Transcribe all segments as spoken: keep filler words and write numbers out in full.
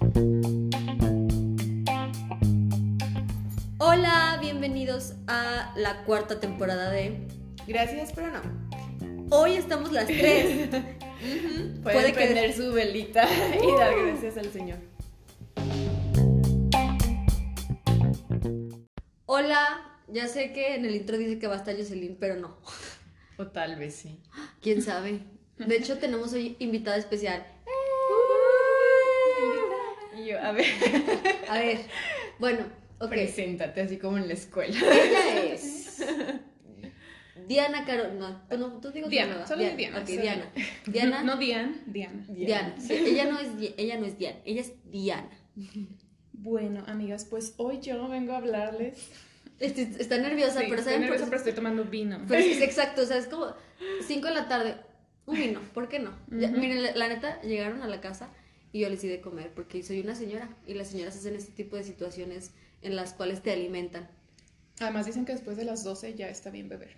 Hola, bienvenidos a la cuarta temporada de Gracias, pero no. Hoy estamos las tres. uh-huh. Pueden Puede prender que... su velita uh. y dar gracias al Señor. Hola, ya sé que en el intro dice que va a estar Jocelyn, pero no. O tal vez sí. ¿Quién sabe? De hecho, tenemos hoy invitada especial. Y yo, a ver. A ver, bueno, ok. Preséntate, así como en la escuela. Ella es Diana Caro... No, tú, no, tú digo Diana, nueva. solo Diana. Diana. Ok, Diana. Diana. No, Diana. Diana. Diana. Sí, ella, no es, ella no es Diana, ella es Diana. Bueno, amigas, pues hoy yo vengo a hablarles... Este, está nerviosa, sí, pero estoy ¿saben? nerviosa, por... pero estoy tomando vino. Pues es exacto, o sea, es como cinco de la tarde, un vino, ¿por qué no? Uh-huh. Ya, miren, la, la neta, llegaron a la casa y yo les di de comer, porque soy una señora, y las señoras hacen este tipo de situaciones en las cuales te alimentan. Además dicen que después de las doce ya está bien beber.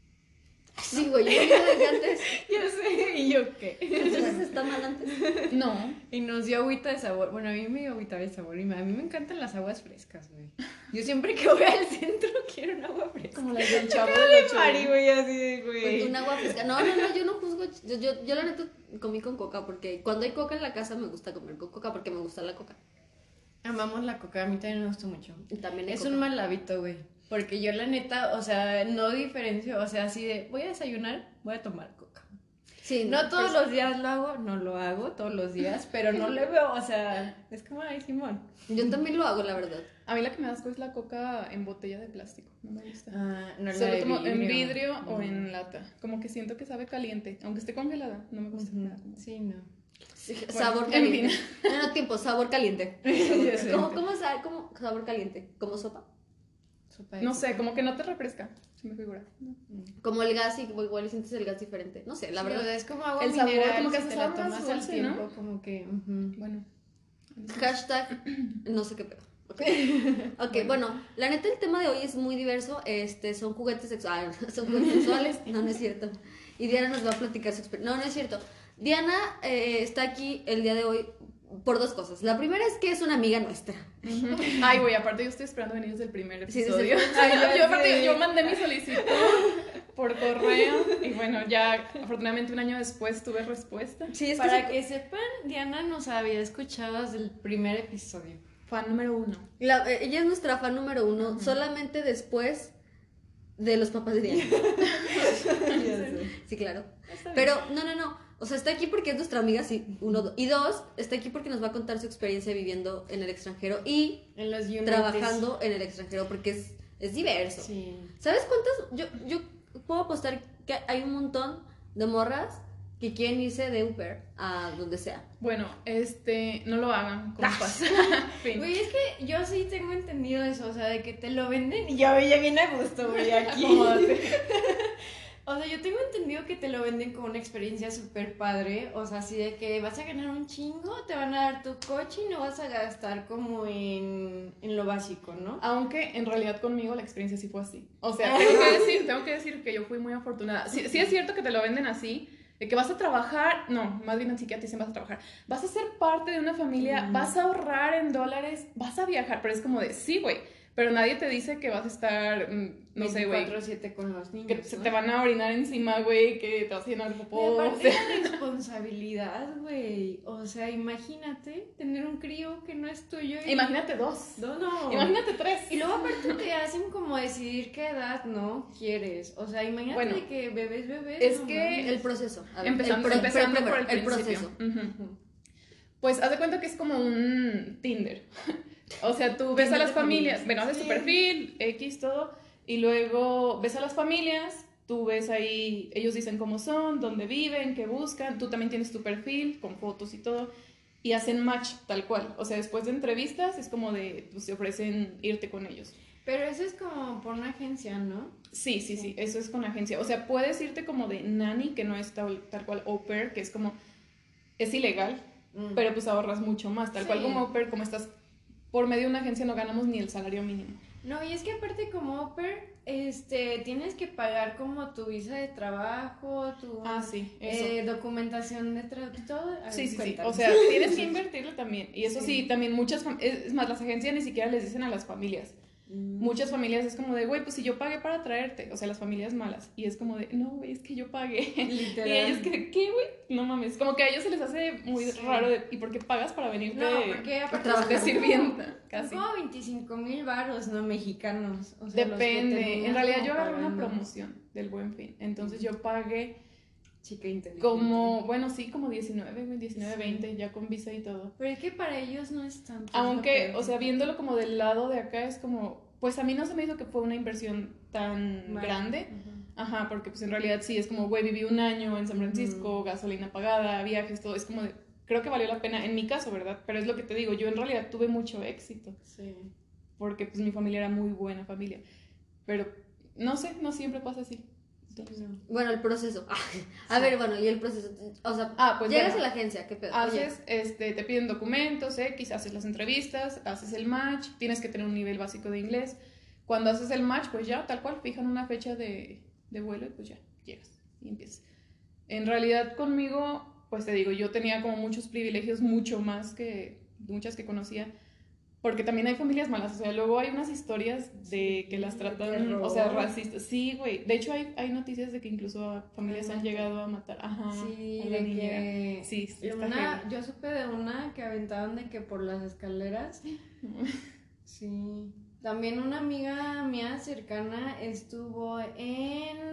Sí, güey, yo lo desde antes. Ya sé, ¿y yo qué? Entonces está mal antes. No. Y nos dio agüita de sabor. Bueno, a mí me dio agüita de sabor y a mí me encantan las aguas frescas, güey. Yo siempre que voy al centro quiero un agua fresca. Como las del Chavo de del Ocho. Mari, güey, así de, güey. Pues un agua fresca. No, no, no, yo no juzgo. Yo, yo, yo la neta comí con coca, porque cuando hay coca en la casa me gusta comer con coca, porque me gusta la coca. Amamos la coca, a mí también me gusta mucho. Y también hay es coca. un mal hábito, güey. Porque yo la neta, o sea, no diferencio, o sea, así de, voy a desayunar, voy a tomar coca. Sí, no, no todos pues... los días lo hago, no lo hago todos los días, pero no le veo, o sea, es como, ay, Simón. Yo también lo hago, la verdad. A mí la que me da asco es la coca en botella de plástico, no me gusta. Ah, no Solo la tomo vidrio. en vidrio mm. o en Mm. lata, como que siento que sabe caliente, aunque esté congelada, no me gusta Uh-huh. nada. Sí, no. Sí, bueno, sabor caliente. No, no, tiempo, sabor caliente. ¿Cómo, cómo sabe? ¿Cómo sabor caliente? ¿Como sopa? Sopa de No coca. sé, como que no te refresca, se me figura. No. Como el gas, y igual sientes el gas diferente. No sé, la Sí, verdad. o sea, es como agua El sabor, mineral, como que si hace te la sabor más tomas al dulce, tiempo, ¿no? como que... Uh-huh. Bueno. Hashtag, no sé qué pedo. Okay. ok, bueno. bueno, la neta el tema de hoy es muy diverso. Este, son juguetes sexuales. Son juguetes sexuales. No, no es cierto. Y Diana nos va a platicar su experiencia. No, no es cierto. Diana eh, está aquí el día de hoy por dos cosas. La primera es que es una amiga nuestra. Uh-huh. Ay, güey, aparte yo estoy esperando venir desde el primer episodio. Sí, desde el... Ay, yo, yo, aparte, yo mandé mi solicitud por correo y bueno, ya afortunadamente un año después tuve respuesta. Sí, es Para que, se... que sepan, Diana nos había escuchado desde el primer episodio. Fan número uno. La, ella es nuestra fan número uno, uh-huh. solamente después de los papás de Diana. Sí, claro. Pero, no, no, no. O sea, está aquí porque es nuestra amiga, sí, uno, dos. Y dos, está aquí porque nos va a contar su experiencia viviendo en el extranjero y en los trabajando en el extranjero, porque es, es diverso. Sí. ¿Sabes cuántas? Yo, yo puedo apostar que hay un montón de morras que quieren irse de Uber a donde sea. Bueno, este, no lo hagan, compas. Güey, es que yo sí tengo entendido eso, o sea, de que te lo venden y ya, ya viene a gusto, güey, aquí. O sea, yo tengo entendido que te lo venden como una experiencia súper padre, o sea, así de que vas a ganar un chingo, te van a dar tu coche y no vas a gastar como en, en lo básico, ¿no? Aunque en realidad conmigo la experiencia sí fue así. O sea, tengo que decir, tengo que decir que yo fui muy afortunada. Sí, sí es cierto que te lo venden así, de que vas a trabajar, no, más bien así que a ti sí vas a trabajar, vas a ser parte de una familia, mm. vas a ahorrar en dólares, vas a viajar, pero es como de, sí, güey, pero nadie te dice que vas a estar, no sé, güey, veinticuatro siete con los niños, que ¿no? se te van a orinar encima, güey, que te vas a llenar de popó. Me aparte la responsabilidad, güey, o sea, imagínate tener un crío que no es tuyo. Y... Imagínate dos. No, no. Imagínate tres. Y luego aparte te hacen como decidir qué edad, ¿no? Quieres, o sea, imagínate bueno, de que bebés, bebés. Es no, que mames. el proceso. A ver, empezando, el pro, empezando primero, por el, el proceso. Uh-huh. Uh-huh. Pues haz de cuenta que es como un Tinder. O sea, tú ves a las familias, bueno, haces tu perfil, X, todo, y luego ves a las familias, tú ves ahí, ellos dicen cómo son, dónde viven, qué buscan, tú también tienes tu perfil con fotos y todo, y hacen match tal cual. O sea, después de entrevistas es como de, pues te ofrecen irte con ellos. Pero eso es como por una agencia, ¿no? Sí, sí, sí, eso es con agencia. O sea, puedes irte como de nanny, que no es tal, tal cual au pair, que es como, es ilegal, mm. pero pues ahorras mucho más. Tal sí. cual como au pair, como estás por medio de una agencia no ganamos ni el salario mínimo. No, y es que aparte como au pair, este, tienes que pagar como tu visa de trabajo, tu Ah, sí, eso. eh, documentación de trabajo, todo. A ver, Sí, sí, sí. cuéntame. O sea, tienes que invertirle también. Y eso sí, Sí. también muchas fam- es es más, las agencias ni siquiera les dicen a las familias. Muchas familias es como de, güey, pues si yo pagué para traerte, o sea, las familias malas. Y es como de, no, güey, es que yo pagué. Literal. Y ellos, que, ¿qué, güey? No mames. Como que a ellos se les hace muy Sí. raro de, ¿y por qué pagas para venirte No, porque aparte trabajar de son sirvienta? como- Casi. Son como veinticinco mil varos, ¿no? Mexicanos. O sea, los que Depende. terminan En realidad como yo agarré una pagando. promoción del Buen Fin. Entonces yo pagué Chica inteligente. como, bueno, sí, como diecinueve, güey, diecinueve, Sí. veinte, ya con visa y todo. Pero es que para ellos no es tanto. Aunque, es lo o sea, peor. viéndolo como del lado de acá es como, pues a mí no se me hizo que fue una inversión tan Vale. grande. Ajá. Ajá, porque pues en realidad sí, es como, güey, viví un año en San Francisco, gasolina pagada, viajes, todo, es como de, creo que valió la pena en mi caso, ¿verdad? Pero es lo que te digo, yo en realidad tuve mucho éxito, Sí. porque pues mi familia era muy buena familia, pero no sé, no siempre pasa así. Entonces, No. Bueno, el proceso. A Sí. ver, bueno, y el proceso. O sea, Ah, pues llegas bueno. a la agencia, ¿qué pedo? Oye, Haces, este, te piden documentos, X, haces las entrevistas, haces el match, tienes que tener un nivel básico de inglés. Cuando haces el match, pues ya, tal cual, fijan una fecha de, de vuelo y pues ya, llegas y empiezas. En realidad conmigo, pues te digo, yo tenía como muchos privilegios, mucho más que muchas que conocía, porque también hay familias malas, o sea, luego hay unas historias de Sí, que las de tratan, terror. o sea, racistas. Sí, güey, de hecho hay, hay noticias de que incluso a familias Ah, han matar. llegado a matar, ajá, Sí, a la de niña. que Sí, sí, está una, heavy. yo supe de una que aventaban de que por las escaleras. Sí. También una amiga mía cercana estuvo en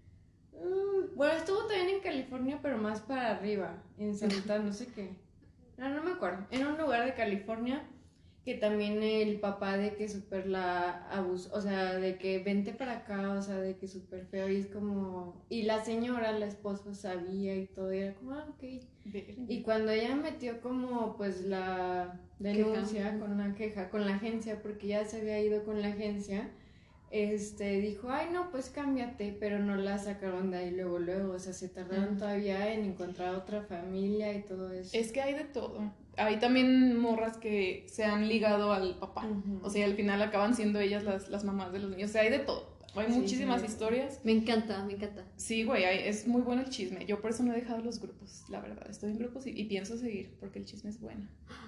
mm, bueno, estuvo también en California, pero más para arriba, en Santa, no sé qué. No, no me acuerdo. En un lugar de California que también el papá de que súper la abusó, o sea, de que vente para acá, o sea, de que súper feo y es como... Y la señora, la esposa, sabía y todo, y era como, ah, ok. Y cuando ella metió como, pues, la denuncia Queja. con la queja, con la agencia, porque ya se había ido con la agencia, este, dijo, ay, no, pues cámbiate, pero no la sacaron de ahí luego, luego, o sea, se tardaron Mm. todavía en encontrar otra familia y todo eso. Es que hay de todo. Hay también morras que se han ligado al papá. Ujú. O sea, al final acaban siendo ellas las, las mamás de los niños. O sea, hay de todo. Hay Sí, muchísimas sí. historias. me encanta, me encanta. Sí, güey, hay- es muy bueno el chisme. Yo por eso no he dejado los grupos, la verdad. Estoy en grupos y, y pienso seguir porque el chisme es bueno.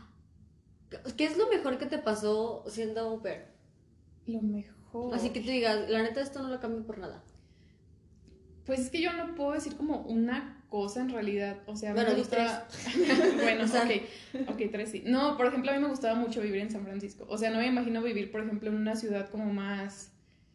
¿Qué es lo mejor que te pasó siendo au pair? Lo mejor. Así que tú digas, la neta, esto no lo cambio por nada. Pues es que yo no puedo decir como una cosa en realidad. O sea, a mí Bueno, me di gustaba. Bueno, O sea- ok. Ok, tres sí. No, por ejemplo, a mí me gustaba mucho vivir en San Francisco. O sea, no me imagino vivir, por ejemplo, en una ciudad como más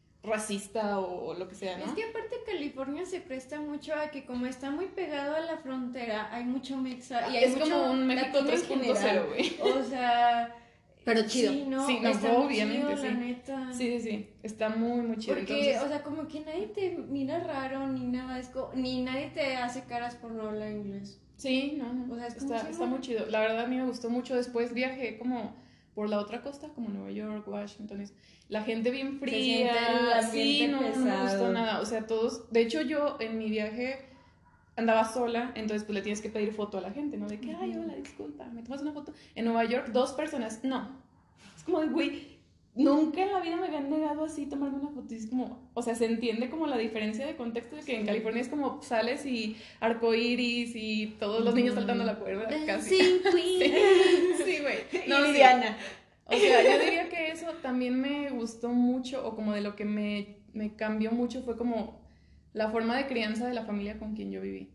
racista o, o lo que sea, ¿no? Es que aparte California se presta mucho a que como está muy pegado a la frontera, hay mucho mexa y hay es mucho como un México latino en tres punto cero, general. güey. O sea, Pero chido. sí, no, Sí, no, está muy obviamente, chido, sí. la neta. Sí, sí, sí. Está muy, muy chido. Porque, Entonces, o sea, como que nadie te mira raro ni nada, es co- ni nadie te hace caras por no hablar inglés. sí, no, no. O sea, es como está, si está no- muy chido. La verdad, a mí me gustó mucho. Después viajé como por la otra costa, como Nueva York, Washington. es- La gente bien fría. siente el Sí, ambiente no, no me pesado. gustó nada. O sea, todos. De hecho, yo en mi viaje andaba sola, entonces pues le tienes que pedir foto a la gente, ¿no? De que, ay, hola, disculpa, ¿me tomas una foto? En Nueva York, dos personas, no. Es como de, güey, nunca en la vida me habían negado así tomarme una foto. Y es como, o sea, se entiende como la diferencia de contexto de que en California es como sales y arcoíris y todos los niños saltando la cuerda, casi. Dancing Queen. Sí, güey. No, sí. Diana. O sea, yo diría que eso también me gustó mucho, o como de lo que me, me cambió mucho fue como la forma de crianza de la familia con quien yo viví.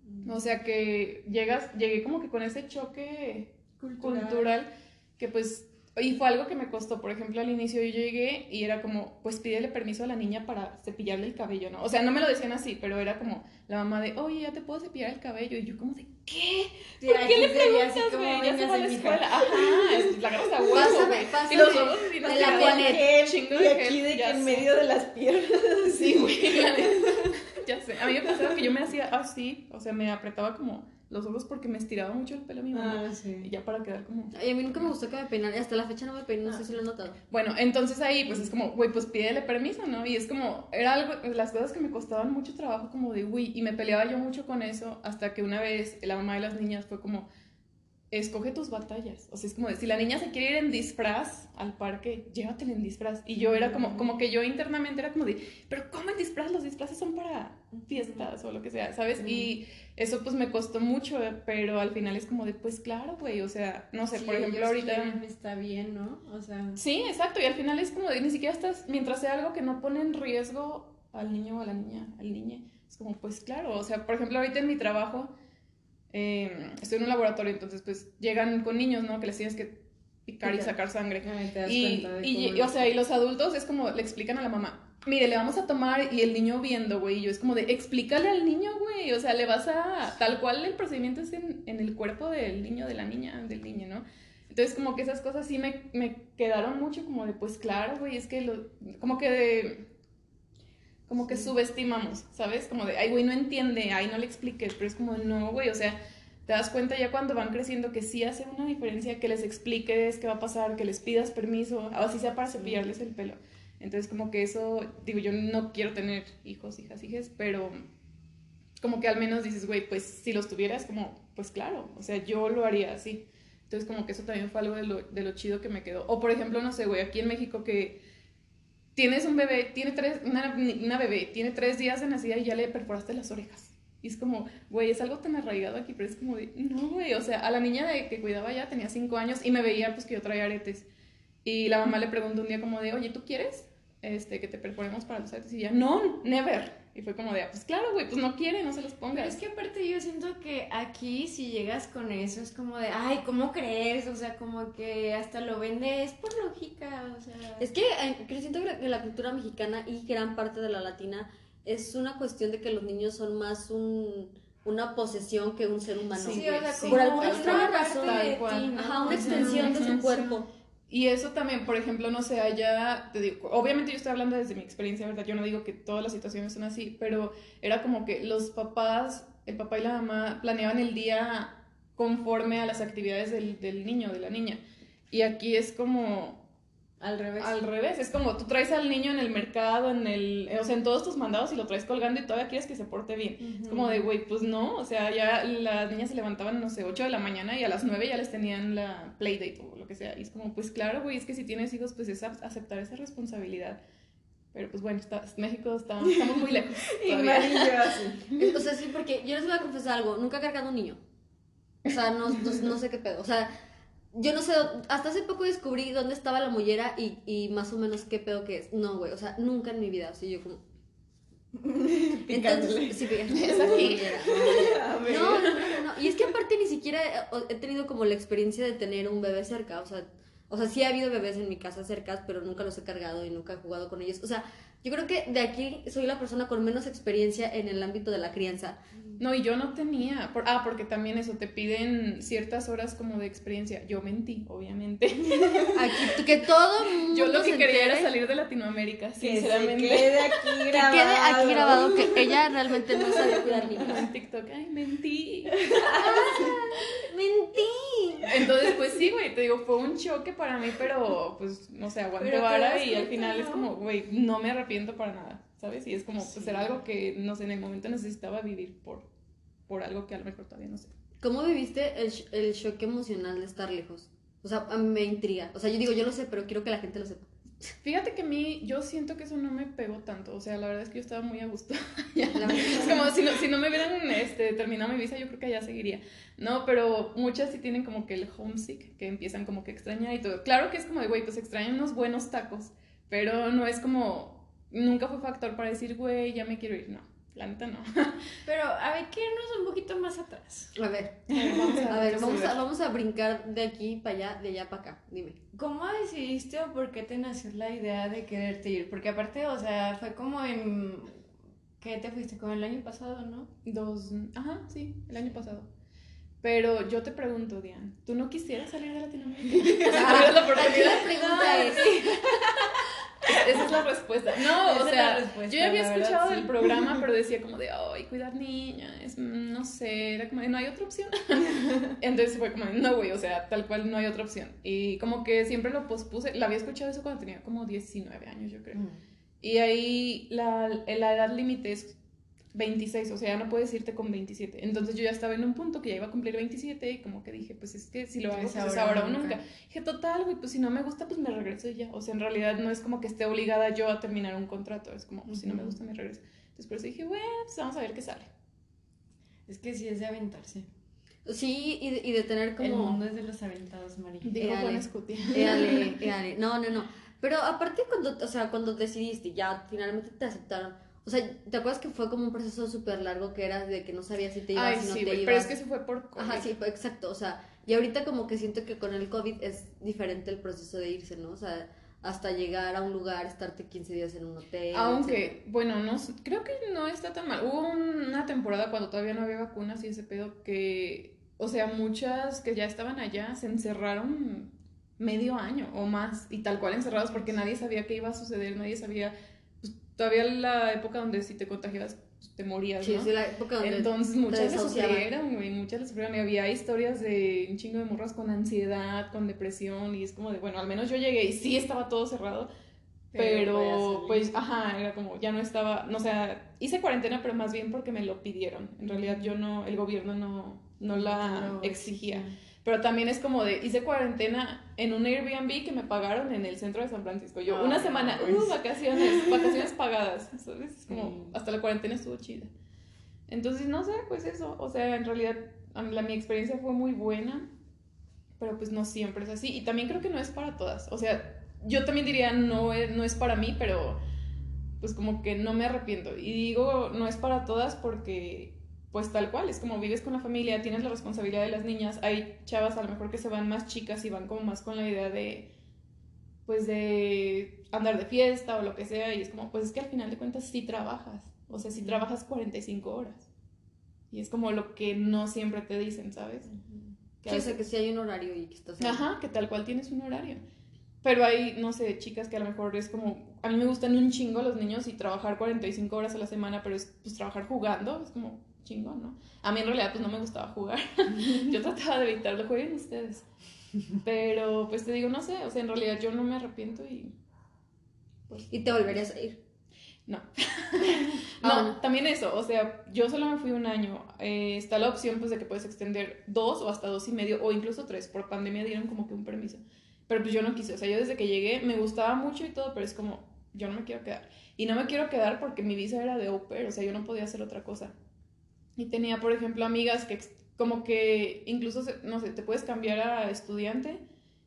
O sea, que llegas, llegué como que con ese choque Cultural. cultural que pues, y fue algo que me costó. Por ejemplo, al inicio yo llegué y era como, pues pídele permiso a la niña para cepillarle el cabello, ¿no? O sea, no me lo decían así, pero era como la mamá de, oye, ya te puedo cepillar el cabello. Y yo como de, ¿qué? Sí, ¿Por aquí qué le sería así preguntas, como, güey? Ya se "Venga, va a la hija". escuela. Ajá, es- la agarras a huevo, Pásame, güey. pásame Y los huevos y nos de la tiraban Juanet. Gel, chingo y de aquí gel, de que ya en sé. medio de las piernas. Sí, güey, la neta. Ya sé. A mí me pasaba que yo me hacía así, o sea, me apretaba como los ojos porque me estiraba mucho el pelo a mi mamá. Ah, sí. Y ya para quedar como... Ay, a mí nunca me gustó que me peinaran. Y hasta la fecha no me peino, no sé si lo he notado. Bueno, entonces ahí pues es como, güey, pues pídele permiso, ¿no? Y es como, era algo, las cosas que me costaban mucho trabajo como de, güey, y me peleaba yo mucho con eso hasta que una vez la mamá de las niñas fue como, escoge tus batallas. O sea, es como de, si la niña se quiere ir en disfraz al parque, llévatela en disfraz. Y yo era como, como que yo internamente era como de, pero ¿cómo en disfraz? Los disfraces son para fiestas o lo que sea, ¿sabes? Mm. Y eso pues me costó mucho, pero al final es como de, pues claro, güey, o sea, no sé, sí, por ejemplo, ahorita... está bien, ¿no? O sea... Sí, exacto, y al final es como de, ni siquiera estás, mientras sea algo que no pone en riesgo al niño o a la niña, al niño, es como, pues claro, o sea, por ejemplo, ahorita en mi trabajo... Eh, estoy en un laboratorio, entonces pues llegan con niños, ¿no? Que les tienes que picar y sacar sangre. Ay, te das y, cuenta de y, cómo y o sea, y los adultos es como, le explican a la mamá, mire, le vamos a tomar, y el niño viendo, güey, y yo es como de, explícale al niño, güey, o sea, le vas a, tal cual el procedimiento es en, en el cuerpo del niño, de la niña, del niño, ¿no? Entonces como que esas cosas sí me, me quedaron mucho como de, pues claro, güey, es que lo, como que de... como que subestimamos, ¿sabes? Como de, ay, güey, no entiende, ay, no le expliques, pero es como, no, güey, o sea, te das cuenta ya cuando van creciendo que sí hace una diferencia que les expliques qué va a pasar, que les pidas permiso, así sea para cepillarles el pelo. Entonces, como que eso, digo, yo no quiero tener hijos, hijas, hijas, pero como que al menos dices, güey, pues si los tuvieras, como, pues claro, o sea, yo lo haría así. Entonces, como que eso también fue algo de lo, de lo chido que me quedó. O, por ejemplo, no sé, güey, aquí en México que... tienes un bebé, tiene tres, una, una bebé, tiene tres días de nacida y ya le perforaste las orejas. Y es como, güey, es algo tan arraigado aquí, pero es como de, no, güey, o sea, a la niña de que cuidaba ya tenía cinco años y me veía pues que yo traía aretes. Y la mamá le preguntó un día como de, oye, ¿tú quieres este, que te perforemos para los aretes? Y ella, no, never. Y fue como de, pues claro, güey, pues no quiere, no se los pongas. Pero es que aparte yo siento que aquí si llegas con eso es como de, ay, ¿cómo crees? O sea, como que hasta lo vendes por lógica, o sea... Es que eh, siento que la cultura mexicana y gran parte de la latina es una cuestión de que los niños son más un, una posesión que un ser humano. Sí, o sea, como por alguna extraña razón, ¿no? Ajá, una extensión de su cuerpo. Y eso también, por ejemplo, no sé, allá, te digo, obviamente yo estoy hablando desde mi experiencia, ¿verdad? Yo no digo que todas las situaciones son así, pero era como que los papás, el papá y la mamá planeaban el día conforme a las actividades del, del niño, de la niña. Y aquí es como... Al revés. Al revés, es como tú traes al niño en el mercado, en el, o sea, en todos tus mandados y lo traes colgando y todavía quieres que se porte bien. Uh-huh. Es como de, güey, pues no, o sea, ya las niñas se levantaban, no sé, ocho de la mañana y a las nueve ya les tenían la playdate o lo que sea. Y es como, pues claro, güey, es que si tienes hijos, pues es aceptar esa responsabilidad. Pero pues bueno, está, México está, estamos muy lejos. Y Marillo así. O sea, sí, porque yo les voy a confesar algo, nunca he cargado un niño. O sea, no, no, no sé qué pedo, o sea... Yo no sé, hasta hace poco descubrí dónde estaba la mollera y, y más o menos qué pedo que es. No, güey, o sea, nunca en mi vida, o sea, yo como... Entonces, sí, ¿es aquí? No, no, no, no, no, y es que aparte ni siquiera he, he tenido como la experiencia de tener un bebé cerca, o sea, o sea, sí ha habido bebés en mi casa cerca, pero nunca los he cargado y nunca he jugado con ellos, o sea, yo creo que de aquí soy la persona con menos experiencia en el ámbito de la crianza. No, y yo no tenía, por, ah, porque también eso, te piden ciertas horas como de experiencia. Yo mentí, obviamente. Aquí, que todo mundo yo lo que se quería entere, era salir de Latinoamérica, que sinceramente. Se quede aquí grabado. Que quede aquí grabado que ella realmente no sabía cuidar niños. En TikTok, ay, mentí. Mentí. Entonces, pues sí, güey, te digo, fue un choque para mí, pero pues, no sé, aguanté vara y al final ¿no? es como, güey, no me arrepiento para nada. ¿Sabes? Y es como, sí. pues era algo que, no sé, en el momento necesitaba vivir por, por algo que a lo mejor todavía no sé. ¿Cómo viviste el, el shock emocional de estar lejos? O sea, a mí me intriga. O sea, yo digo, yo lo sé, pero quiero que la gente lo sepa. Fíjate que a mí, yo siento que eso no me pegó tanto. O sea, la verdad es que yo estaba muy a gusto. Es como si no, si no me hubieran este, terminado mi visa, yo creo que allá seguiría. No, pero muchas sí tienen como que el homesick, que empiezan como que a extrañar y todo. Claro que es como de, güey, pues extrañan unos buenos tacos, pero no es como... Nunca fue factor para decir, güey, ya me quiero ir. No, la neta no. Pero a ver, que irnos un poquito más atrás. A ver, vamos a, a ver, vamos a, vamos a brincar de aquí para allá, de allá para acá. Dime. ¿Cómo decidiste o por qué te nació la idea de quererte ir? Porque aparte, o sea, fue como en... ¿Qué te fuiste? Como el año pasado, ¿no? Dos... Ajá, sí, el año pasado. Pero yo te pregunto, Diane, ¿tú no quisieras salir de Latinoamérica? O sea, la oportunidad. La pregunta es... Esa es la respuesta. No, Esa o sea, respuesta, yo ya había escuchado verdad, del sí. programa, pero decía como de, ay, cuidar niñas, no sé, era como de, no hay otra opción. Entonces fue como de, no, güey, o sea, tal cual no hay otra opción. Y como que siempre lo pospuse, la había escuchado eso cuando tenía como diecinueve años, yo creo. Mm. Y ahí la, la edad límite es veintiséis, o sea, ya no puedes irte con veintisiete. Entonces yo ya estaba en un punto que ya iba a cumplir veintisiete y como que dije, pues es que si lo hago, pues es ahora o nunca. Dije, total, güey, pues si no me gusta, pues me regreso y ya. O sea, en realidad no es como que esté obligada yo a terminar un contrato, es como, pues, uh-huh. si no me gusta, me regreso. Entonces por eso dije, bueno, pues vamos a ver qué sale. Es que sí es de aventarse. Sí, y de, y de tener como... El mundo es de los aventados, María. Dijo Juan Escutia. Éale, éale. No, no, no. Pero aparte cuando, o sea, cuando decidiste, ya finalmente te aceptaron. O sea, ¿te acuerdas que fue como un proceso súper largo que era de que no sabías si te ibas, Ay, si no sí, te wey, ibas? Pero es que se fue por COVID. Ajá, sí, pues, exacto. O sea, y ahorita como que siento que con el COVID es diferente el proceso de irse, ¿no? O sea, hasta llegar a un lugar, estarte quince días en un hotel. Aunque, etcétera. bueno, no, creo que no está tan mal. Hubo una temporada cuando todavía no había vacunas y ese pedo que, o sea, muchas que ya estaban allá se encerraron medio año o más y tal cual encerrados porque nadie sabía qué iba a suceder, nadie sabía, pues todavía la época donde si te contagiabas pues, te morías, sí, ¿no? Sí, la época donde entonces muchas le sufrieron, güey, muchas le sufrieron y había historias de un chingo de morras con ansiedad, con depresión y es como de, bueno, al menos yo llegué y sí estaba todo cerrado, pero, pero pues, ajá, era como, ya no estaba, no, o sea, hice cuarentena pero más bien porque me lo pidieron, en realidad yo no, el gobierno no, no la no, exigía. Sí. Pero también es como de, hice cuarentena en un Airbnb que me pagaron en el centro de San Francisco. Yo, oh, una semana, uh, vacaciones, vacaciones pagadas, ¿sabes? Es como, mm. hasta la cuarentena estuvo chida. Entonces, no sé, pues eso, o sea, en realidad, la, mi experiencia fue muy buena, pero pues no siempre es así. Y también creo que no es para todas. O sea, yo también diría, no es, no es para mí, pero pues como que no me arrepiento. Y digo, no es para todas porque... pues tal cual, es como vives con la familia, tienes la responsabilidad de las niñas, hay chavas a lo mejor que se van más chicas y van como más con la idea de, pues de andar de fiesta o lo que sea, y es como, pues es que al final de cuentas sí trabajas, o sea, sí trabajas cuarenta y cinco horas, y es como lo que no siempre te dicen, ¿sabes? Uh-huh. Que sí, o sea, que sí hay un horario y que estás... ahí. Ajá, que tal cual tienes un horario. Pero hay, no sé, chicas que a lo mejor es como... A mí me gustan un chingo los niños y trabajar cuarenta y cinco horas a la semana, pero es pues trabajar jugando, es como... chingón, ¿no? A mí en realidad pues no me gustaba jugar. Yo trataba de evitarlo, jueguen ustedes. Pero pues te digo, no sé, o sea, en realidad yo no me arrepiento y... pues, ¿y te volverías a ir? No. no, ah, no, también eso, o sea, yo solo me fui un año. Eh, está la opción pues de que puedes extender dos o hasta dos y medio o incluso tres. Por pandemia dieron como que un permiso. Pero pues yo no quise, o sea, yo desde que llegué me gustaba mucho y todo, pero es como, yo no me quiero quedar. Y no me quiero quedar porque mi visa era de au pair, o sea, yo no podía hacer otra cosa. Y tenía, por ejemplo, amigas que como que incluso, no sé, te puedes cambiar a estudiante,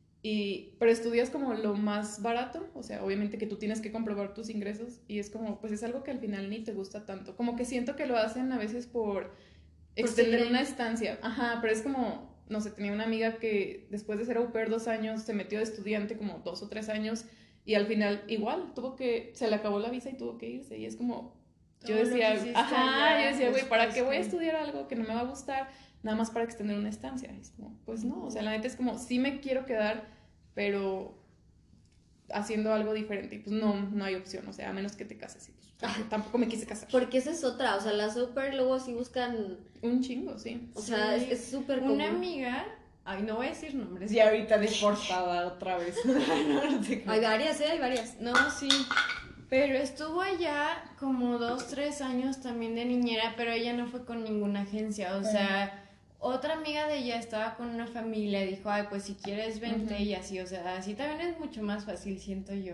y, pero estudias como lo más barato, o sea, obviamente que tú tienes que comprobar tus ingresos y es como, pues es algo que al final ni te gusta tanto. Como que siento que lo hacen a veces por extender una estancia. Ajá, pero es como, no sé, tenía una amiga que después de ser au pair dos años se metió de estudiante como dos o tres años y al final igual tuvo que, se le acabó la visa y tuvo que irse y es como... Yo decía, ajá, yo decía, güey, ¿para qué voy a estudiar algo que no me va a gustar nada más para extender una estancia? Y es como, pues no, o sea, la neta es como, sí me quiero quedar, pero haciendo algo diferente, y pues no, no hay opción, o sea, a menos que te cases, y pues tampoco, tampoco me quise casar. Porque esa es otra, o sea, las super luego sí buscan... un chingo, sí. O sea, sí. es súper común. Una amiga... Ay, no voy a decir nombres. Y ahorita deportada otra vez. no, no sé hay varias, ¿eh? Hay varias. No, sí... Pero estuvo allá como dos, tres años también de niñera, pero ella no fue con ninguna agencia, o sea, otra amiga de ella estaba con una familia y dijo, ay, pues si quieres vente uh-huh. y así, o sea, así también es mucho más fácil, siento yo.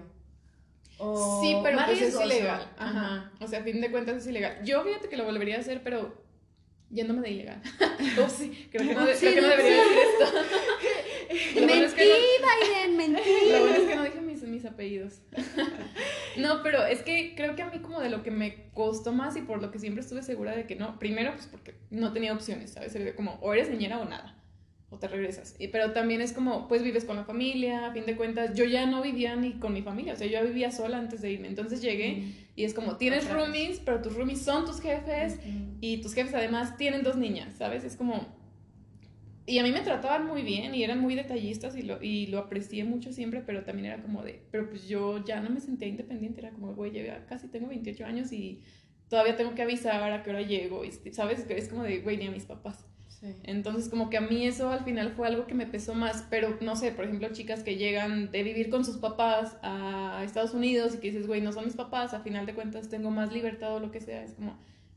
O sí, pero pues riesgoso. Es ilegal, ajá, o sea, a fin de cuentas es ilegal. Yo fíjate que lo volvería a hacer, pero yéndome de ilegal. Ups, sí, creo que no, de, sí, creo que no debería sí. decir esto. Mentí, es que no, Biden, mentí. Lo bueno es que no dije mis, mis apellidos. No, pero es que creo que a mí como de lo que me costó más y por lo que siempre estuve segura de que no, primero pues porque no tenía opciones, ¿sabes? Era como o eres niñera o nada, o te regresas. Y, pero también es como, pues vives con la familia, a fin de cuentas, yo ya no vivía ni con mi familia, o sea, yo ya vivía sola antes de irme. Entonces llegué mm. y es como, tienes Otra roomies, vez. Pero tus roomies son tus jefes mm. y tus jefes además tienen dos niñas, ¿sabes? Es como... Y a mí me trataban muy bien y eran muy detallistas y lo, y lo aprecié mucho siempre, pero también era como de, pero pues yo ya no me sentía independiente, era como, güey, ya casi tengo veintiocho años y todavía tengo que avisar a qué hora llego, y, ¿sabes? Es como de, güey, ni a mis papás. Sí. Entonces como que a mí eso al final fue algo que me pesó más, pero no sé, por ejemplo, chicas que llegan de vivir con sus papás a Estados Unidos y que dices, güey, no son mis papás, a final de cuentas tengo más libertad o lo que sea, es como...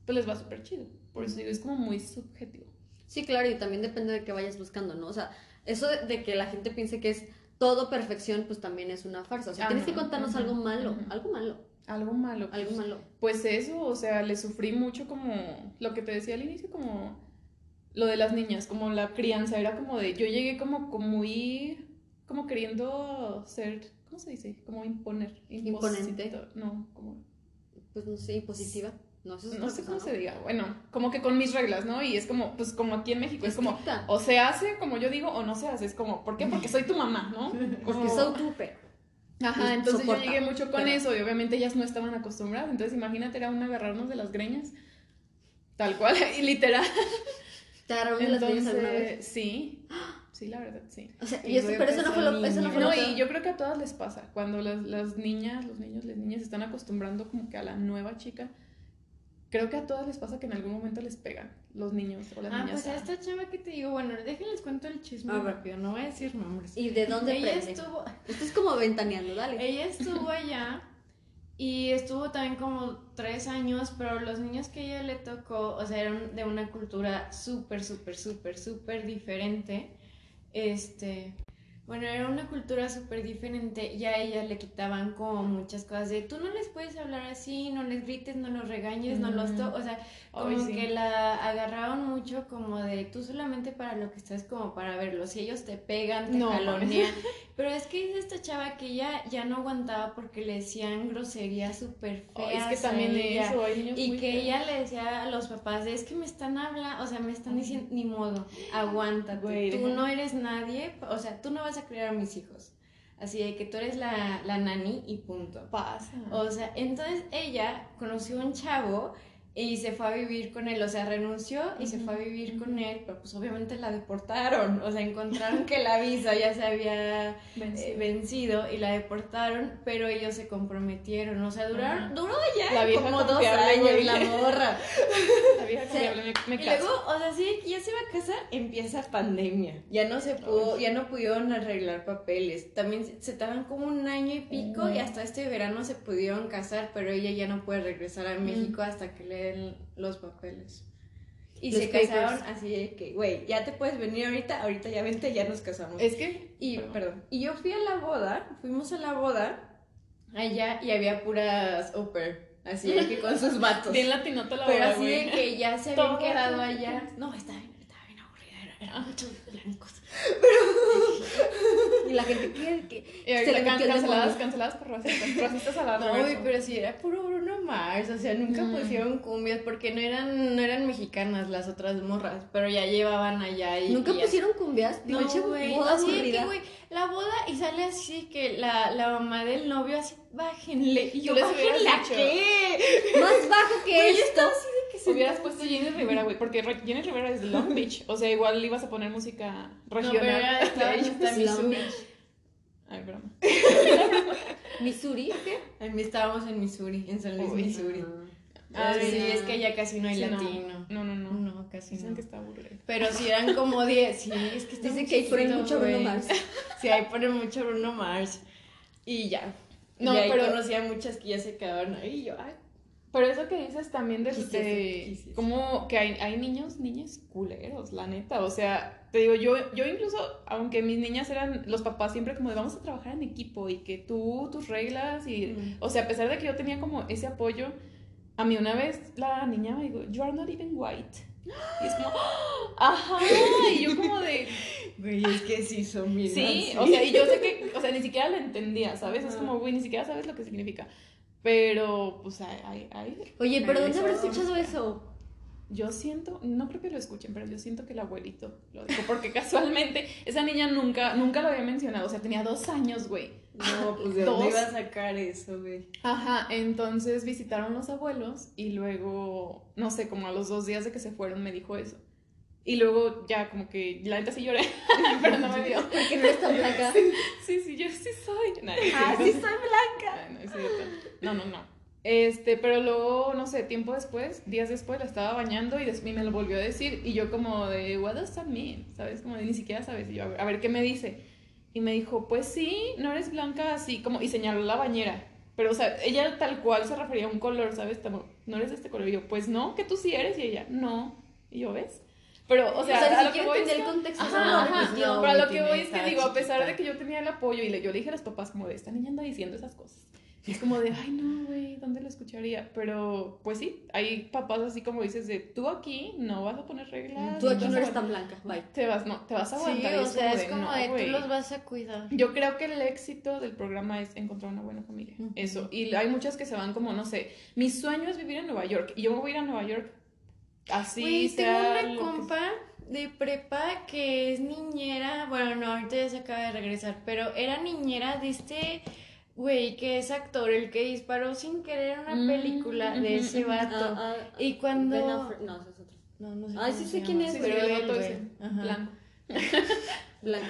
pues les va súper chido. Por eso digo, es como muy subjetivo. Sí, claro, y también depende de qué vayas buscando, ¿no? O sea, eso de, de que la gente piense que es todo perfección, pues también es una farsa. O sea, Ah, tienes no. que contarnos Ujú, algo malo, ujú. algo malo, Algo malo. algo Pues, malo. pues eso, o sea, le sufrí mucho como lo que te decía al inicio, como lo de las niñas, como la crianza, era como de, yo llegué como, como muy, como queriendo ser, ¿cómo se dice? Como imponer. Imponente. impositor, No, como, Pues no sé, impositiva. No, eso es no otra sé cosa, cómo ¿no? se diga, bueno, como que con mis reglas, ¿no? Y es como, pues como aquí en México, es como, Estricta. o se hace como yo digo, o no se hace, es como, ¿por qué? Porque soy tu mamá, ¿no? Porque Como- soy tú, pero. Ajá, Y entonces soporta, yo llegué mucho con pero- eso y obviamente ellas no estaban acostumbradas, entonces imagínate, era un agarrarnos de las greñas, tal cual, y literal. ¿Te agarraron de las greñas alguna vez? Entonces, sí, sí, la verdad, sí. O sea, Y y eso, voy a pero eso no fue lo, empezar eso no fue No, lo y peor. yo creo que a todas les pasa, cuando las, las niñas, los niños, las niñas se están acostumbrando como que a la nueva chica, creo que a todas les pasa que en algún momento les pegan los niños o las Ah, niñas. pues a esta chava que te digo, bueno, déjenles cuento el chisme A ver. rápido, no voy a decir nombres. ¿Y de dónde Ella prende? estuvo, Esto es como ventaneando, dale. ella estuvo allá y estuvo también como tres años, pero los niños que ella le tocó, o sea, eran de una cultura súper, súper, súper, súper diferente. Este, bueno, era una cultura súper diferente y a ella le quitaban como muchas cosas de tú no les puedes hablar así, no les grites, no los regañes, no los to, o sea, Ay, como sí. que la agarraban mucho como de tú solamente para lo que estás como para verlos, si ellos te pegan, te No, jalonean, pero es que es esta chava que ella ya no aguantaba porque le decían groserías súper Ay, feas es que también a ella. eso, hay niños Y muy que feos. ella le decía a los papás, de, es que me están hablando, o sea, me están diciendo, ni modo, aguántate, Güey, tú deja- no eres nadie, o sea, tú no vas a criar a mis hijos. Así de que tú eres la, la nani y punto. Pasa. O sea, entonces ella conoció a un chavo y se fue a vivir con él, o sea, renunció y se fue a vivir con él, pero pues obviamente la deportaron, o sea, encontraron que la visa ya se había Vencido. eh, vencido y la deportaron, pero ellos se comprometieron, o sea, duraron, Ajá. duró ya La vieja como dos confiable, años güey. la morra. La vieja confiable, me, me Y caso. luego, o sea, sí, ya se iba a casar, empieza pandemia. Ya no se pudo, ya no pudieron arreglar papeles. También se se tardan como un año y pico y hasta este verano se pudieron casar, pero ella ya no puede regresar a México hasta que le den los papeles. Y Los se papers. casaron así de que, güey, ya te puedes venir ahorita, ahorita ya vente, ya nos casamos. Es que, Y, perdón. perdón, y yo fui a la boda, fuimos a la boda allá y había puras au pair, así de que con sus vatos. bien latinota la Pero boda, así de güey. que ya se habían Todo quedado así. allá. No, estaba bien, estaba bien aburrida, era- eran muchos blancos. Y la gente que, que Y se ahorita le can- metió el canceladas, demonio. canceladas por racistas, racistas a la No, reversa. güey, pero sí era puro Bruno Mars, o sea, nunca Mm. pusieron cumbias porque no eran, no eran mexicanas las otras morras, pero ya llevaban allá y ¿Nunca y ya- pusieron cumbias? Digo, No, che, güey, boda así de que, aburrida. güey, la boda y sale así que la, la mamá del novio así, bájenle, y yo, Tú les hubieras ¿bájenle a dicho. qué? Más bajo que Güey, yo esto. estaba así de que se Hubieras puesto Jenny Rivera, güey, porque Re- Jenny Rivera es de Long Beach. O sea, igual ibas a poner música No, pero regional. era- estaba de ellos. hasta Long Missouri. Beach. Ay, broma. Missouri, ¿qué? Ay, estábamos en Missouri, en San Luis, Uy. Missouri. Ah, sí, sí. es que ya casi no hay Sí, no. latino. No, no, no. No, casi Dicen no. que está aburrido. Pero si eran como diez, sí, es que está Dicen muy que ahí ponen chiquito, mucho Bruno güey. Mars. Sí, ahí ponen mucho Bruno Mars. Y ya. No, No, y ahí pero- conocí a muchas que ya se quedaron ahí y yo, ay. Pero eso que dices también de, Quisiese, de quisiese. como que hay, hay niños, niñas culeros, la neta. O sea, te digo, yo, yo incluso, aunque mis niñas eran, los papás siempre como de vamos a trabajar en equipo y que tú, tus reglas y, Mm. o sea, a pesar de que yo tenía como ese apoyo, a mí una vez la niña me dijo, you are not even white. Y es como, ¡ah! Ajá, y yo como de, Güey, es que sí son bien sí, así. o sea, y yo sé que, o sea, ni siquiera lo entendía, ¿sabes? Es Ajá. como, güey, ni siquiera sabes lo que significa. Pero, pues, hay, hay, hay Oye, pero Ay, ¿dónde habrás eso- escuchado eso? Yo siento, no creo que lo escuchen, pero yo siento que el abuelito lo dijo, porque casualmente esa niña nunca, nunca lo había mencionado, o sea, tenía dos años, güey. No, pues de Dos. dónde iba a sacar eso, güey. Ajá, entonces visitaron los abuelos y luego, no sé, como a los dos días de que se fueron me dijo eso. Y luego ya como que, la neta sí lloré, pero no me vio. Porque no es tan blanca. Sí, sí, yo sí soy. No, es Ah, cierto. sí soy blanca. Ay, no, es cierto. No, no, no. Este, pero luego, no sé, tiempo después, días después, la estaba bañando y, des- y me lo volvió a decir. Y yo como de, what does that mean? ¿Sabes? Como de, ni siquiera sabes. Y yo, a ver, a ver qué me dice. Y me dijo, pues sí, no eres blanca así, como, y señaló la bañera. Pero, o sea, ella tal cual se refería a un color, ¿sabes? Como, no eres de este color. Y yo, pues no, que tú sí eres. Y ella, no. Y yo, ¿ves? Pero, o sea, o sea, a ni lo que siquiera voy entendía es el que... contexto. Ajá, solo lo ajá. repitió. Pero a lo que tiene, voy es que estaba digo, a pesar de chiquita. que yo tenía el apoyo y le, yo le dije a los papás como de, esta niña anda diciendo esas cosas. Y es como de, ay, no, güey, ¿dónde lo escucharía? Pero, pues sí, hay papás así como dices de, tú aquí no vas a poner reglas. Tú aquí vas no a eres aguant- tan blanca, bye. Te vas, no, te vas a Sí, aguantar. y o sea, es de, como no, de, güey. tú los vas a cuidar. Yo creo que el éxito del programa es encontrar una buena familia. Ujú. Eso. Y hay muchas que se van como, no sé, mi sueño es vivir en Nueva York. Y yo me voy a ir a Nueva York así Güey, sea tengo una lo que- compa de prepa que es niñera, bueno, no, ahorita ya se acaba de regresar, pero era niñera de este güey que es actor, el que disparó sin querer una Mm, película de ujú, ese ujú. vato. Ah, ah, Y cuando... Ben Affleck- no, ese es otro. No, no sé Ay, cómo sí se sé quién llama. es, Sí, güey. sí, el él, vato güey. ese, Ajá. blanco. Blanco.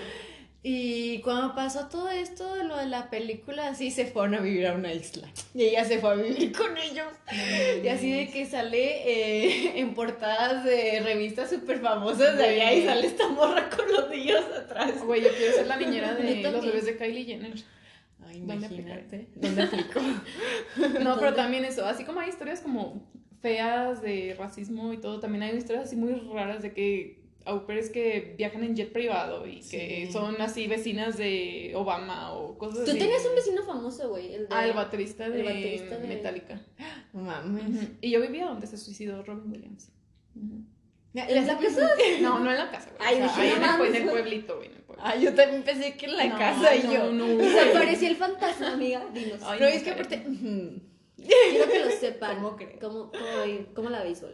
Y cuando pasó todo esto de lo de la película, así se fueron a vivir a una isla. Y ella se fue a vivir con ellos. Y así de que sale eh, en portadas de revistas súper famosas de allá y sale esta morra con los niños atrás. Güey, yo quiero ser la niñera Yo de también. los bebés de Kylie Jenner. Ay, ¿Dónde imagínate. ¿Dónde aplicó? No, pero también eso, así como hay historias como feas de racismo y todo, también hay historias así muy raras de que au pairs que viajan en jet privado y que Sí. son así vecinas de Obama o cosas Tú así. tenías un vecino famoso, güey. El de... Ah, el baterista de, el baterista de- Metallica. No mames. Ujú. Y yo vivía donde se suicidó Robin Williams. Ujú. ¿En la casa? No, no en la casa, güey. Ay, o sea, dije, ahí no en el, pue- en mames. el pueblito, güey, en el pueblo. Ah, yo también pensé que en la No, casa y no, yo. no, Y güey. se apareció el fantasma, amiga. Dinos. Ay, No, no, es que cállate. aparte. ujú. Quiero que lo sepan. ¿Cómo crees? ¿Cómo, cómo, cómo la veis, Sol?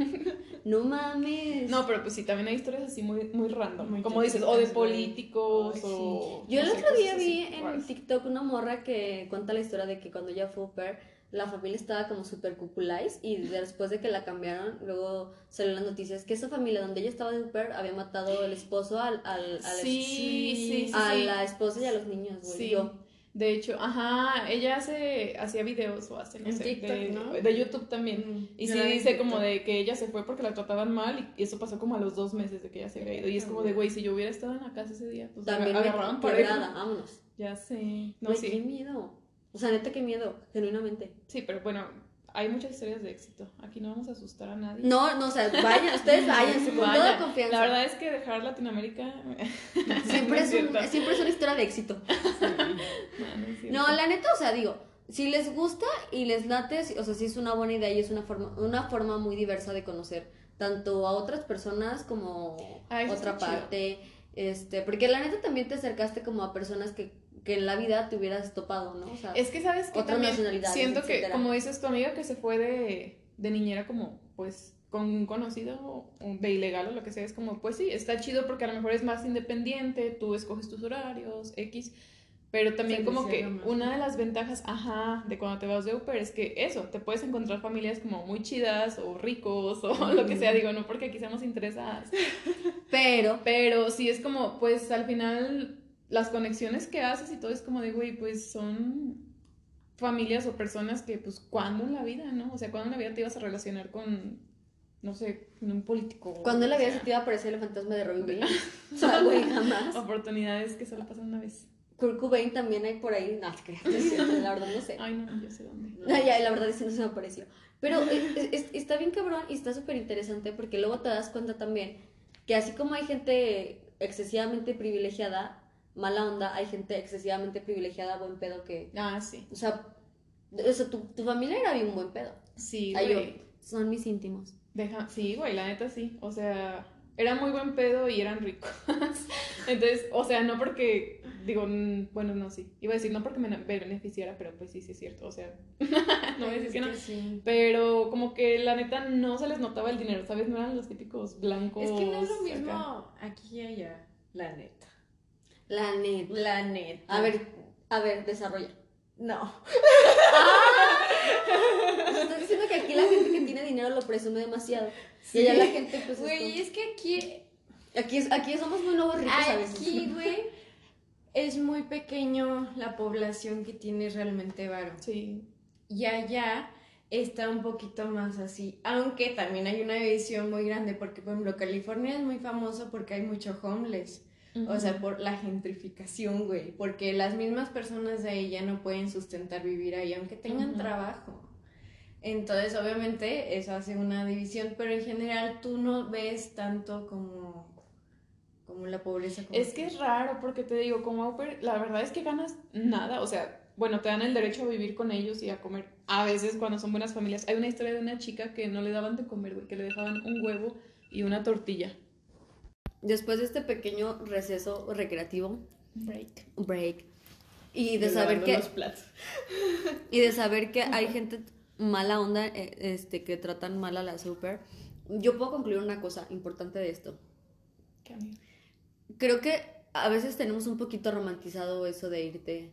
No mames. No, pero pues sí, también hay historias así muy, muy random. Muy como dices, o de chiquitas, güey. políticos, Ay, o. Yo el no sé, otro día cosas vi así en raras. TikTok una morra que cuenta la historia de que cuando ella fue au pair, la familia estaba como super cuculais y después de que la cambiaron, luego salieron las noticias que esa familia donde ella estaba de au pair había matado el esposo al, al, al Sí, sí, sí, a sí. la esposa y a los niños, güey. Sí. Yo. De hecho, ajá, ella hace, hacía videos o hace, no En sé, TikTok, de, ¿no? de YouTube también. Mm, Y yo sí la vi en dice TikTok. como de que ella se fue porque la trataban mal y eso pasó como a los dos meses de que ella se había ido. Y es como de, güey, si yo hubiera estado en la casa ese día, pues También me agarraban para quebrada, vámonos. Ya sé. No, Güey, qué sí. miedo. O sea, neta, qué miedo, genuinamente. Sí, pero bueno, hay muchas historias de éxito. Aquí no vamos a asustar a nadie. No, no, o sea, vayan, ustedes váyanse con Vaya, toda confianza. La verdad es que dejar Latinoamérica Siempre, no es un, cierto. siempre es una historia de éxito. No, no es cierto. No, la neta, o sea, digo, si les gusta y les late, o sea, sí es una buena idea y es una forma, una forma muy diversa de conocer tanto a otras personas como Ah, eso otra está chido. parte, este, porque la neta también te acercaste como a personas que, que en la vida te hubieras topado, ¿no? O sea, Es que sabes que otras también nacionalidades, siento que, etcétera. como dices tu amiga que se fue de, de niñera como, pues, con un conocido o de ilegal o lo que sea, es como, pues sí, está chido porque a lo mejor es más independiente, tú escoges tus horarios, X, pero también Se como que presiona más, una ¿no? de las ventajas, ajá, de cuando te vas de au pair es que eso, te puedes encontrar familias como muy chidas o ricos o lo que sea, digo, no porque aquí seamos interesadas, pero pero sí es como, pues al final las conexiones que haces y todo es como de, güey, pues son familias o personas que, pues, ¿cuándo en la vida, no? O sea, ¿cuándo en la vida te ibas a relacionar con, no sé, con un político? o cuando en la lo que vida se sea? te iba a aparecer el fantasma de Robin Williams. O sea, güey, jamás. Oportunidades que solo pasan una vez. Kurt Cobain también hay por ahí, no, te creas, no es cierto, la verdad no sé. Ay, no, yo sé dónde. Ah, ya, la verdad es que no se me apareció. Pero es- es- está bien cabrón y está súper interesante porque luego te das cuenta también que así como hay gente excesivamente privilegiada, mala onda, hay gente excesivamente privilegiada, buen pedo que... Ah, sí. O sea, o sea tu, tu familia era bien buen pedo. Sí, Ay, yo, güey. son mis íntimos. Deja, sí, güey, la neta sí. O sea, era muy buen pedo y eran ricos. Entonces, o sea, no porque, digo, mm, bueno, no, sí. Iba a decir no porque me me beneficiara, pero pues sí, sí es cierto. O sea, no voy a decir que no. Sí. Pero como que la neta no se les notaba el dinero, ¿sabes? No eran los típicos blancos. Es que no es lo acá. mismo aquí y allá, la neta. La neta. La neta. A ver, a ver, desarrolla. No. O sea, estás diciendo que aquí la gente que tiene dinero lo presume demasiado. Y allá la gente, pues. Güey, es es que aquí, como- aquí, es, aquí somos muy nuevos ricos a veces. aquí, güey, es muy pequeño la población que tiene realmente varo. Sí. Y allá está un poquito más así. Aunque también hay una división muy grande, porque, por ejemplo, California es muy famoso porque hay mucho homeless. Uh-huh. O sea, por la gentrificación, güey. Porque las mismas personas de ahí ya no pueden sustentar vivir ahí, aunque tengan uh-huh. trabajo. Entonces, obviamente, eso hace una división, pero en general tú no ves tanto como, como la pobreza. Como es que es raro, porque te digo, como au pair, la verdad es que ganas nada, o sea, bueno, te dan el derecho a vivir con ellos y a comer. A veces, cuando son buenas familias, hay una historia de una chica que no le daban de comer, güey, que le dejaban un huevo y una tortilla. Después de este pequeño receso recreativo, break, break, y de saber que, los platos. y de saber que hay gente mala onda, este, que tratan mal a la super, yo puedo concluir una cosa importante de esto. ¿Qué, amigo? Creo que a veces tenemos un poquito romantizado eso de irte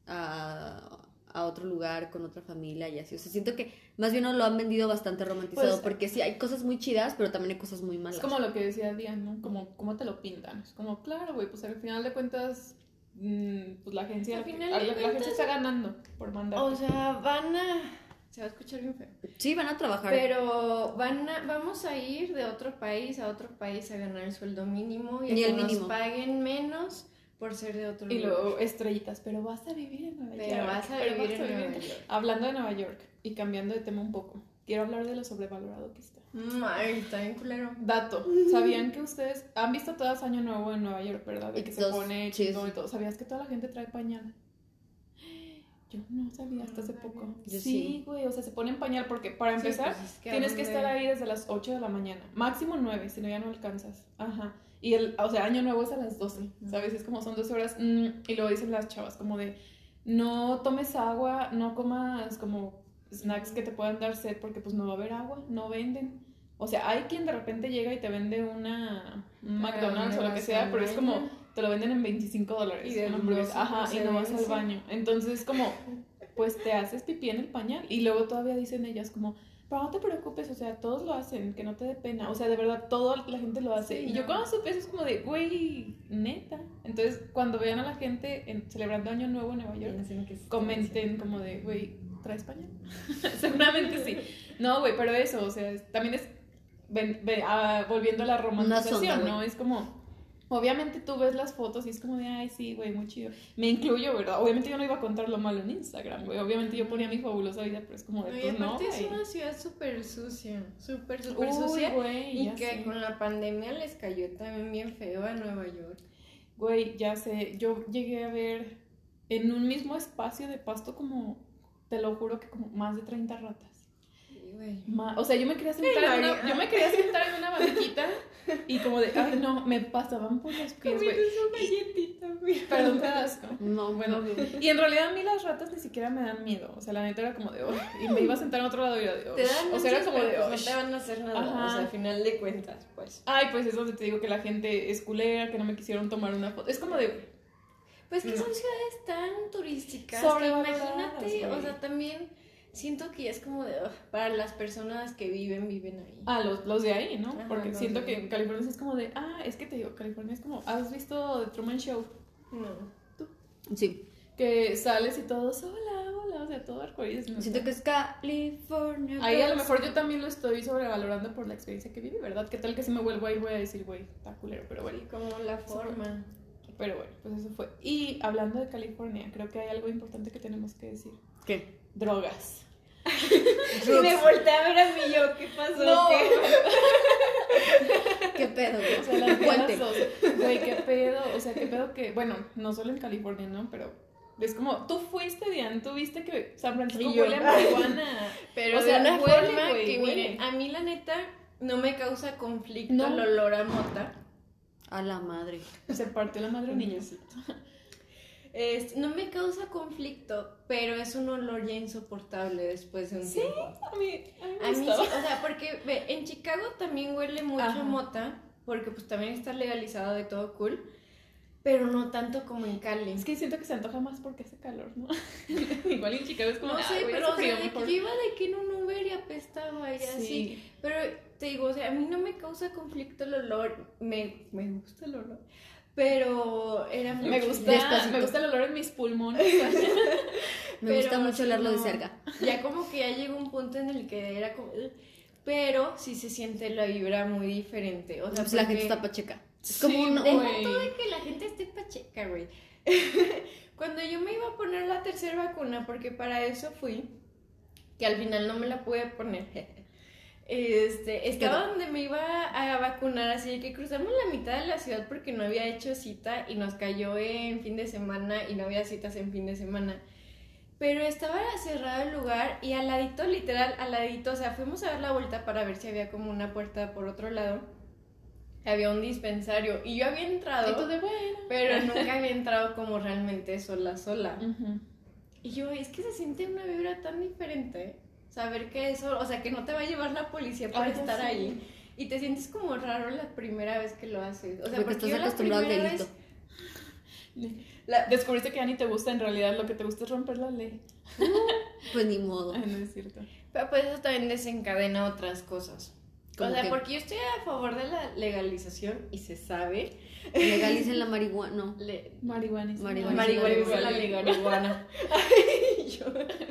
a, a otro lugar con otra familia y así. O sea, siento que más bien nos lo han vendido bastante romantizado, pues, porque sí, hay cosas muy chidas, pero también hay cosas muy malas. Es como lo que decía Diana, ¿no? Como, ¿cómo te lo pintan? Es como, claro, güey, pues al final de cuentas, mmm, pues la agencia, la, la, la agencia está ganando por mandar. O sea, van a... Se va a escuchar bien feo. Sí, van a trabajar. Pero van a, vamos a ir de otro país a otro país a ganar el sueldo mínimo y a Ni que el nos mínimo. paguen menos por ser de otro y lugar. Y luego estrellitas, pero vas a vivir en Nueva pero York. Vas a pero vivir vas a en vivir Nueva York. Hablando de Nueva York y cambiando de tema un poco, quiero hablar de lo sobrevalorado que está. Ay, está bien culero. Dato, ¿sabían que ustedes han visto todas Año Nuevo en Nueva York, verdad? De que se pone chingón y todo. ¿Sabías que toda la gente trae pañal? Yo no sabía hasta hace poco. Yo sí, güey, sí. O sea, se pone en pañal porque para empezar sí, pues es que tienes que estar ahí desde las ocho de la mañana, máximo nueve, si no ya no alcanzas. Ajá. Y el, o sea, Año Nuevo es a las doce, ¿sabes? Es como son doce horas. Mm, y luego dicen las chavas como de, no tomes agua, no comas como snacks que te puedan dar sed porque pues no va a haber agua, no venden. O sea, hay quien de repente llega y te vende una un McDonald's o lo que sea, pero es como, te lo venden en veinticinco dólares. Y, una hamburguesa. Ajá, y no vas al baño. Entonces, como, pues te haces pipí en el pañal. Y luego todavía dicen ellas como, pero no te preocupes, o sea, todos lo hacen, que no te dé pena. O sea, de verdad, toda la gente lo hace. Sí, y no. Yo cuando supe eso es como de, güey, neta. Entonces, cuando vean a la gente en, celebrando Año Nuevo en Nueva York, comenten como de, güey, ¿traes pañal? Seguramente sí. No, güey, pero eso, o sea, es, también es... Ven, ven, uh, volviendo a la romantización, ¿no? Es como, obviamente tú ves las fotos y es como de, ay, sí, güey, muy chido. Me incluyo, ¿verdad? Obviamente yo no iba a contar lo malo en Instagram, güey. Obviamente yo ponía mi fabulosa vida, pero es como de, pues no, güey. Es una ciudad súper sucia, súper, súper sucia. Güey, y que sé. Con la pandemia les cayó también bien feo a Nueva York. Güey, ya sé, yo llegué a ver en un mismo espacio de pasto como, te lo juro que como más de treinta ratas. Ma, o sea, yo me quería sentar en una, yo me quería sentar en una banquita y como de, ay no, me pasaban por los pies, güey. galletita, güey. Perdón, te da asco. No, bueno, y en realidad a mí las ratas ni siquiera me dan miedo, o sea, la neta era como de, oh, y me iba a sentar en otro lado y era de, oh, te dan o sea, era como de, oh, no te van a hacer nada, ajá. O sea, al final de cuentas, pues. Ay, pues es donde te digo que la gente es culera, que no me quisieron tomar una foto, es como de, pues que no. Son ciudades tan turísticas, que imagínate, o sea, también... Siento que es como de, uh, para las personas que viven, viven ahí. Ah, los, los de ahí, ¿no? Ajá, porque siento que en California es como de, ah, es que te digo, California es como, ¿has visto The Truman Show? No. ¿Tú? Sí. Que sales y todos, hola, hola, o sea, todo arcoíris. ¿No? Siento que es California. Ahí a lo mejor yo también lo estoy sobrevalorando por la experiencia que viví, ¿verdad? ¿Qué tal que si me vuelvo a ir voy a decir, güey, está culero, pero bueno. Sí, como la forma. Pero bueno, pues eso fue. Y hablando de California, creo que hay algo importante que tenemos que decir. ¿Qué? Drogas. Y me volteé a ver a mí yo, ¿qué pasó? No. ¿Qué? ¿Qué pedo? O sea, las las dos. Güey, qué pedo, o sea, qué pedo que, bueno, no solo en California, ¿no? Pero es como, tú fuiste, Diane, tú viste que San Francisco huele a marihuana. Pero o sea, de una huele, forma wey, que, miren, a mí la neta no me causa conflicto no. El olor a mota. A la madre. Se partió la madre un niñocito. Es, no me causa conflicto, pero es un olor ya insoportable después de un sí, tiempo. A mí, a mí, a mí sí, o sea, porque ve, en Chicago también huele mucho a mota, porque pues también está legalizado y todo cool, pero no tanto como en Cali. Es que siento que se antoja más porque hace calor, ¿no? Igual en Chicago es como, no sé, ah, pero o sea, de que yo iba de que en un Uber y apestaba y sí. Así, pero te digo, o sea, a mí no me causa conflicto el olor, me, me gusta el olor. Pero era mucho. Me gusta, me gusta el olor en mis pulmones. Me pero gusta mucho olerlo no, de cerca. Ya como que ya llegó un punto en el que era como... Pero sí se siente la vibra muy diferente. O sea, pues la gente está pacheca. Es como Sí, un... güey. Deja todo de que la gente esté pacheca, güey. Cuando yo me iba a poner la tercera vacuna, porque para eso fui, que al final no me la pude poner. Este, estaba ¿Qué? donde me iba a vacunar, así que cruzamos la mitad de la ciudad porque no había hecho cita y nos cayó en fin de semana y no había citas en fin de semana. Pero estaba cerrado el lugar y al ladito, literal, al ladito, o sea, fuimos a dar la vuelta para ver si había como una puerta por otro lado. Había un dispensario y yo había entrado, Y tú de bueno. pero nunca había entrado como realmente sola, sola. Ujú. Y yo, es que se siente una vibra tan diferente, saber que eso, o sea, que no te va a llevar la policía por Ay, ya estar sé. ahí. Y te sientes como raro la primera vez que lo haces. O sea, Porque porque estás yo la acostumbrado al primera delito. vez... La... Descubriste que ya ni te gusta, en realidad lo que te gusta es romper la ley. Pues ni modo. Ay, no es cierto. Pero pues eso también desencadena otras cosas. O ¿Cómo sea, qué? porque yo estoy a favor de la legalización y se sabe. Legalicen la marihuana, no. Le... Marihuana. sí. Marihuana. Marihuana es la Marihuana. legaliguana. Ay, yo-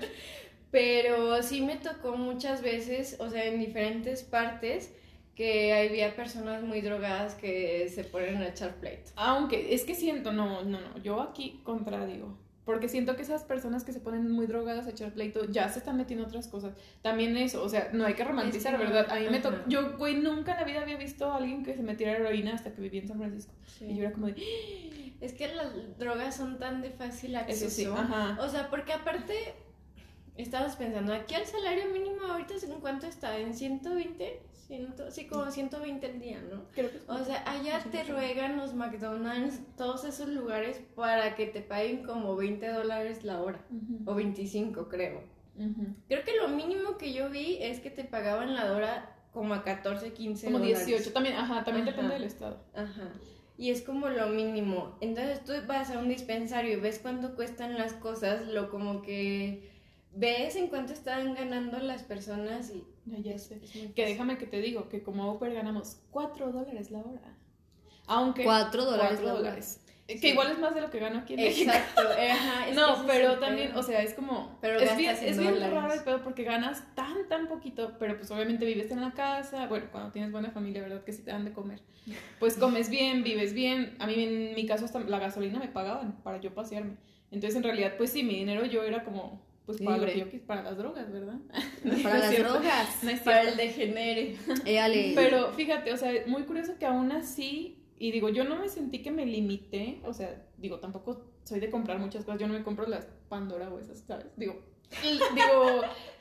Pero sí me tocó muchas veces, o sea, en diferentes partes, que había personas muy drogadas que se ponen a echar pleito. Aunque es que siento, no, no, no, yo aquí contradigo. Porque siento que esas personas que se ponen muy drogadas a echar pleito ya se están metiendo otras cosas. También eso, o sea, no hay que romantizar, Es que no, ¿verdad? A mí me ajá. tocó, yo, güey, nunca en la vida había visto a alguien que se metiera heroína hasta que viví en San Francisco. Sí. Y yo era como de, Es que las drogas son tan de fácil acceso. eso sí, ajá. O sea, porque aparte, estabas pensando, aquí el salario mínimo ahorita en cuánto está, en ciento veinte, ciento, sí, como ciento veinte al día, ¿no? Creo que es O sea, allá te ruegan los McDonald's, todos esos lugares para que te paguen como veinte dólares la hora, Ujú, o veinticinco creo. ujú. Creo que lo mínimo que yo vi es que te pagaban la hora como a catorce, quince Como dólares. dieciocho, también, ajá, también Ajá. depende del estado. Ajá. Y es como lo mínimo. Entonces tú vas a un dispensario y ves cuánto cuestan las cosas, lo como que ves en cuánto están ganando las personas y... Ya, ya sé. es muy Que fácil. déjame que te digo que como Uber ganamos cuatro dólares la hora. Aunque... Cuatro dólares cuatro la hora. dólares. Que Sí. igual es más de lo que gano aquí en México. Exacto. Ajá, es que No, ese es pero el también, pedo. o sea, es como... Pero es gastas bien, en es bien dólares. raro el pedo porque ganas tan, tan poquito, pero pues obviamente vives en la casa, bueno, cuando tienes buena familia, ¿verdad? Que sí te dan de comer. Pues comes bien, vives bien. A mí en mi caso hasta la gasolina me pagaban para yo pasearme. Entonces en realidad, pues sí, mi dinero yo era como... Pues para, lo Libre. que yo quis- para las drogas, ¿verdad? Para No es las cierto. drogas. No es Para cierto. el degenere. Ella le... Pero fíjate, o sea, muy curioso que aún así, y digo, yo no me sentí que me limité, o sea, digo, tampoco soy de comprar muchas cosas, yo no me compro las Pandora o esas, ¿sabes? Digo, y- digo,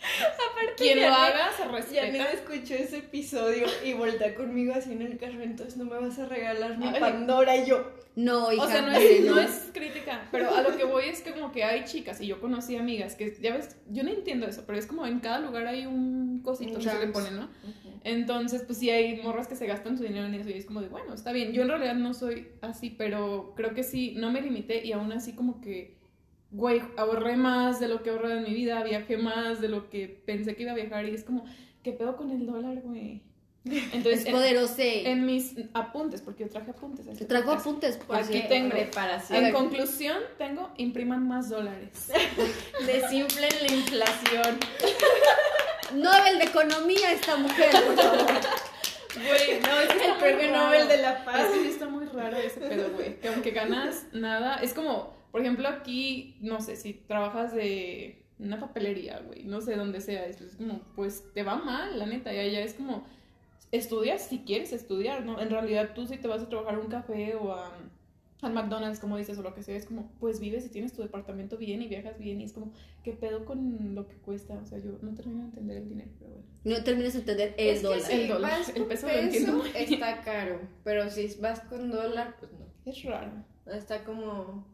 quien lo ya haga se Ya me respeta. escuchó ese episodio y voltea conmigo así en el carro, entonces no me vas a regalar mi Ay. Pandora y yo. No, hija, O sea, no hombre, es, no es crítica, pero a lo que voy es que como que hay chicas, y yo conocí amigas, que ya ves, yo no entiendo eso, pero es como en cada lugar hay un cosito Un que se le chance. pone, ¿no? Entonces, pues sí hay morras que se gastan su dinero en eso y es como de, bueno, está bien. Yo en realidad no soy así, pero creo que sí, no me limité y aún así como que, güey, ahorré más de lo que ahorré en mi vida, viajé más de lo que pensé que iba a viajar y es como, ¿qué pedo con el dólar, güey? Entonces, Es en, poderoso. en mis apuntes, porque yo traje apuntes. a este Trajo podcast. apuntes, por Aquí cierto. tengo. preparación. En conclusión, tengo, impriman más dólares. Desinflen la inflación. Nobel de Economía esta mujer, por favor. Güey, no, es que El está muy premio raro. Nobel de la Paz. Es que sí está muy raro ese pedo, güey. Que aunque ganas nada, es como, por ejemplo, aquí, no sé, si trabajas de una papelería, güey, no sé dónde sea, es, es como, pues te va mal, la neta, y allá es como, estudias si quieres estudiar, ¿no? En realidad tú si te vas a trabajar a un café o a, al McDonald's, como dices, o lo que sea, es como, pues vives y tienes tu departamento bien y viajas bien, y es como, ¿qué pedo con lo que cuesta? O sea, yo no termino de entender el dinero, pero bueno. No terminas de entender el Es que dólar. si El dólar, vas el con peso peso, lo entiendo. está caro, pero si vas con dólar, pues no. Es raro. Está como...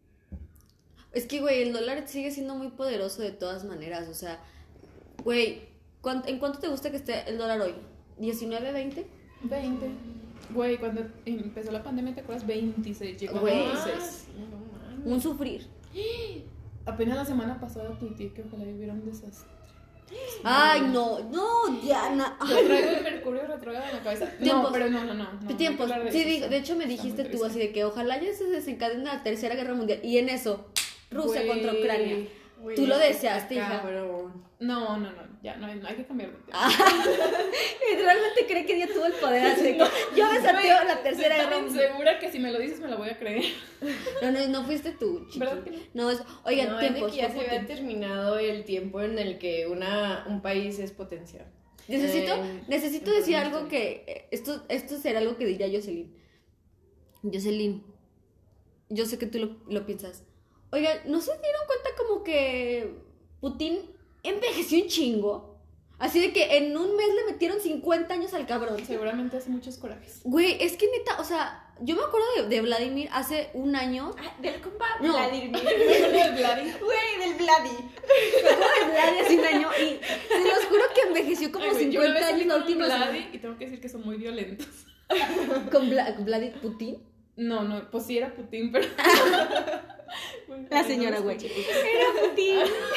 Es que, güey, el dólar sigue siendo muy poderoso de todas maneras. O sea, güey, ¿cuánto- ¿en cuánto te gusta que esté el dólar hoy? ¿diecinueve, veinte? veinte. Güey, cuando empezó la pandemia, ¿te acuerdas? veintiséis, llegó a Güey. veintiséis. No mames. Un sufrir. Apenas la semana pasada tuiteé que ojalá hubiera un desastre. Ay, no, no, Diana. Yo traigo el mercurio retrógrado en la cabeza. Tiempos. No, pero no, no, no. no, ¿Qué tiempos? no hay que hablar Sí, de, di- eso, de hecho me está dijiste muy tú triste. así de que ojalá ya se desencadene la tercera guerra mundial. Y en eso, Rusia Güey. contra Ucrania. Güey, Tú lo está deseaste, hija. cabrón. No, no, no, ya, no, hay- no hay que cambiar de tema. Y realmente cree que ella tuvo el poder así. No, yo desateo la tercera Estoy guerra tan mundial. segura que si me lo dices me lo voy a creer. No, no, no fuiste tú, chiqui. ¿Verdad que no? No, es, oigan, No, es de tiempos. que ya fue se había Putin. terminado el tiempo en el que una, un país es potencia. Necesito, Eh, necesito en decir forma algo histórica. que, eh, esto, esto será algo que diría Jocelyn. Jocelyn, yo sé que tú lo, lo piensas. Oigan, ¿no se dieron cuenta como que Putin envejeció un chingo? Así de que en un mes le metieron cincuenta años al cabrón. Seguramente hace muchos corajes. Güey, es que neta, o sea, yo me acuerdo de, de Vladimir hace un año. Ah, del compa No. Vladimir. del Vladi. Güey, del Vladi. Me acuerdo de Vladi hace un año y se los juro que envejeció como Ay, güey, yo una cincuenta vez salí años la con última Vladi semana. y tengo que decir que son muy violentos. ¿Con Vla- con Vladimir Putin? No, no, pues sí era Putin, pero... Bueno, La no señora, lo güey. escuché. Era Putin.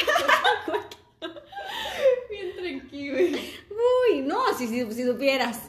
Bien tranquilo, güey. Uy, no, si, si, si supieras.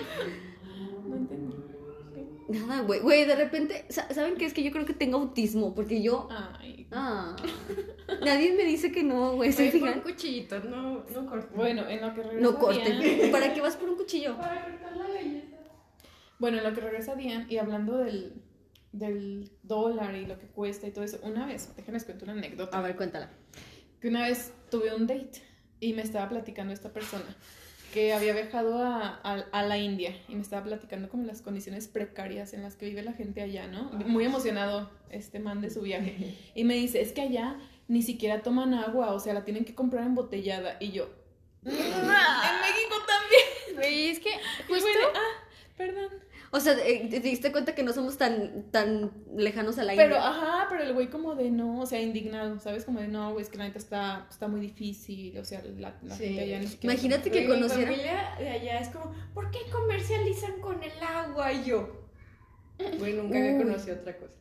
No entendí. Nada, güey. Güey, de repente, sa- ¿saben qué? Es que yo creo que tengo autismo, porque yo... Ay. Ah, nadie me dice que no, güey. ¿Se Güey, por un fijan? cuchillito, no, no corto. Bueno, en lo que regresa No corten. Diane- ¿Para qué vas por un cuchillo? Para cortar la galleta. Bueno, en lo que regresa Diane y hablando del, del dólar y lo que cuesta y todo eso, una vez, déjenme les cuento una anécdota. A ver, cuéntala. Que una vez tuve un date y me estaba platicando esta persona que había viajado a, a, a la India y me estaba platicando como las condiciones precarias en las que vive la gente allá, ¿no? Muy emocionado este man de su viaje. Y me dice, es que allá ni siquiera toman agua, o sea, la tienen que comprar embotellada. Y yo, "Mm, en México también". Güey, es que Y justo... bueno, ah, perdón. O sea, eh, ¿te diste cuenta que no somos tan, tan lejanos a la Pero, India? ajá, pero el güey como de no, o sea, indignado, ¿sabes? Como de no, güey, es que la neta está, está muy difícil, o sea, la, la Sí. gente allá ni siquiera... Imagínate que Güey, mi conociera- familia de allá es como, ¿por qué comercializan con el agua? Y yo, güey, nunca había Uy. conocido otra cosa.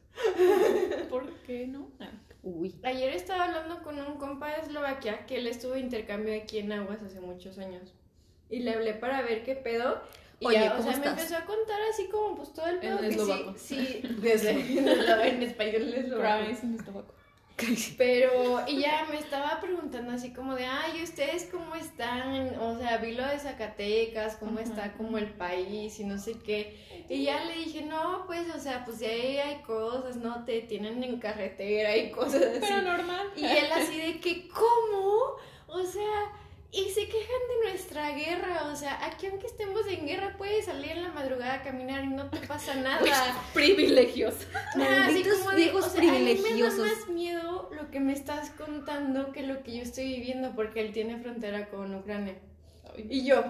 ¿Por qué no? Ah. Uy. Ayer estaba hablando con un compa de Eslovaquia que él estuvo de intercambio aquí en Aguas hace muchos años. Y le hablé para ver qué pedo. Y Oye, ya, o ¿cómo sea, me estás? empezó a contar así como pues todo el pedo En que eslovaco. sí, sí, desde en, eslo- en español en eslovaco. Cries en estómago. Pero, y ya me estaba preguntando así como de, ay, ¿ustedes cómo están? O sea, vi lo de Zacatecas, cómo Ajá. está como el país y no sé qué. Y ya le dije, no, pues, o sea, pues ahí hay cosas, ¿no? Te tienen en carretera y cosas así. Pero normal. Y él así de que, ¿cómo? O sea, y se quejan de nuestra guerra, o sea, aquí aunque estemos en guerra puedes salir en la madrugada a caminar y no te pasa nada. Privilegios. Ajá, así Malditos como de, viejos o sea, a mí privilegiosos. me da más miedo lo que me estás contando que lo que yo estoy viviendo porque él tiene frontera con Ucrania. Y yo,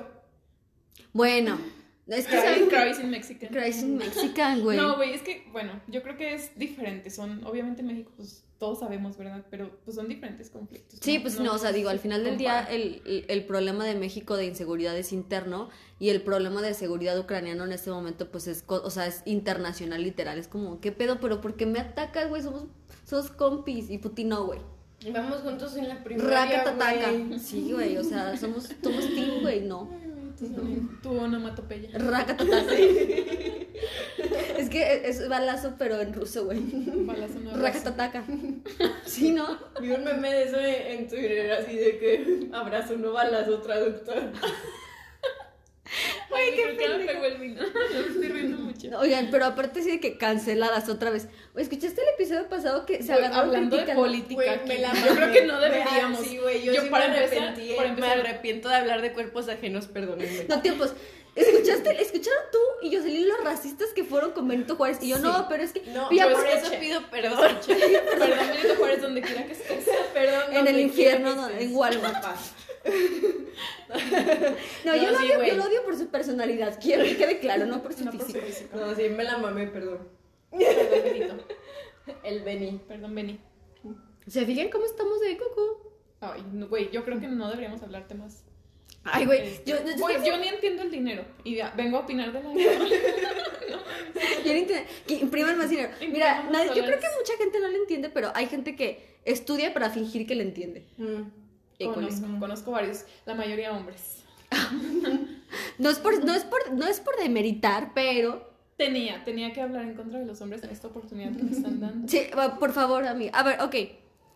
Bueno, es que saben que... Cries in Mexican. Crazy Mexican, güey. No, güey, es que, bueno, yo creo que es diferente. Son, obviamente en México, pues todos sabemos, ¿verdad? Pero pues son diferentes conflictos. Sí, pues no, o sea, digo, al final del día compara. el, el, el problema de México de inseguridad es interno y el problema de seguridad ucraniano en este momento pues es, co- o sea, es internacional literal, es como, ¿qué pedo? Pero ¿por qué me atacas, güey? Somos, somos compis y Putin no, güey. vamos juntos en la primaria, Rakatataca. güey. Sí, güey, o sea, somos, somos team, güey, no. Tu onomatopeya. Rakatataca. Es que es balazo, pero en ruso, güey. Balazo no abrazo. Rakatataca. Sí, ¿no? Vi un meme de eso en, en Twitter, así de que abrazo, no balazo, traductor. Ay, creo que me pegó el vino. Me estoy riendo mucho. Oigan, pero aparte sí de que canceladas otra vez. Oye, ¿escuchaste el episodio pasado que se Güey, agarraron hablando de criticando? política Güey, aquí, me la yo creo mamé. que no Güey, deberíamos. ah, sí, güey, yo, Yo sí para me empezar- arrepentí. para Me empezar- arrepiento de hablar de cuerpos ajenos, perdónenme. No, tiempos. ¿Escuchaste? ¿Escucharon tú y Jocelyn los racistas que fueron con Benito Juárez? Y yo, Sí. no, pero es que... No, ya yo por por eso eso pido perdón. Perdón, Benito Juárez, donde quiera que estés. Perdón. En el donde infierno, quiera que no, estés. en Walmart. Papá. No, yo, No, lo sí, odio, güey. yo lo odio por su personalidad. Quiero que quede claro, no por su No por su físico. físico. No, sí, me la mamé, perdón. Perdón, Benito. El Beni. Perdón, Beni. ¿Se fijan cómo estamos de coco? Ay, no, güey, yo creo que no deberíamos hablar temas. Ay, güey. Este, Yo, yo, Güey, yo ni entiendo el dinero. Y ya, vengo a opinar de la guerra. Quiero entender- que impriman más dinero. Mira, Imprimamos nadie- yo creo dólares. que mucha gente no lo entiende, pero hay gente que estudia para fingir que le entiende. Mm. Híjoles. Conozco, conozco varios, la mayoría hombres. No es por, no es por, no es por demeritar, pero Tenía, tenía que hablar en contra de los hombres en esta oportunidad que me están dando. sí, va, por favor, amiga. A ver, ok.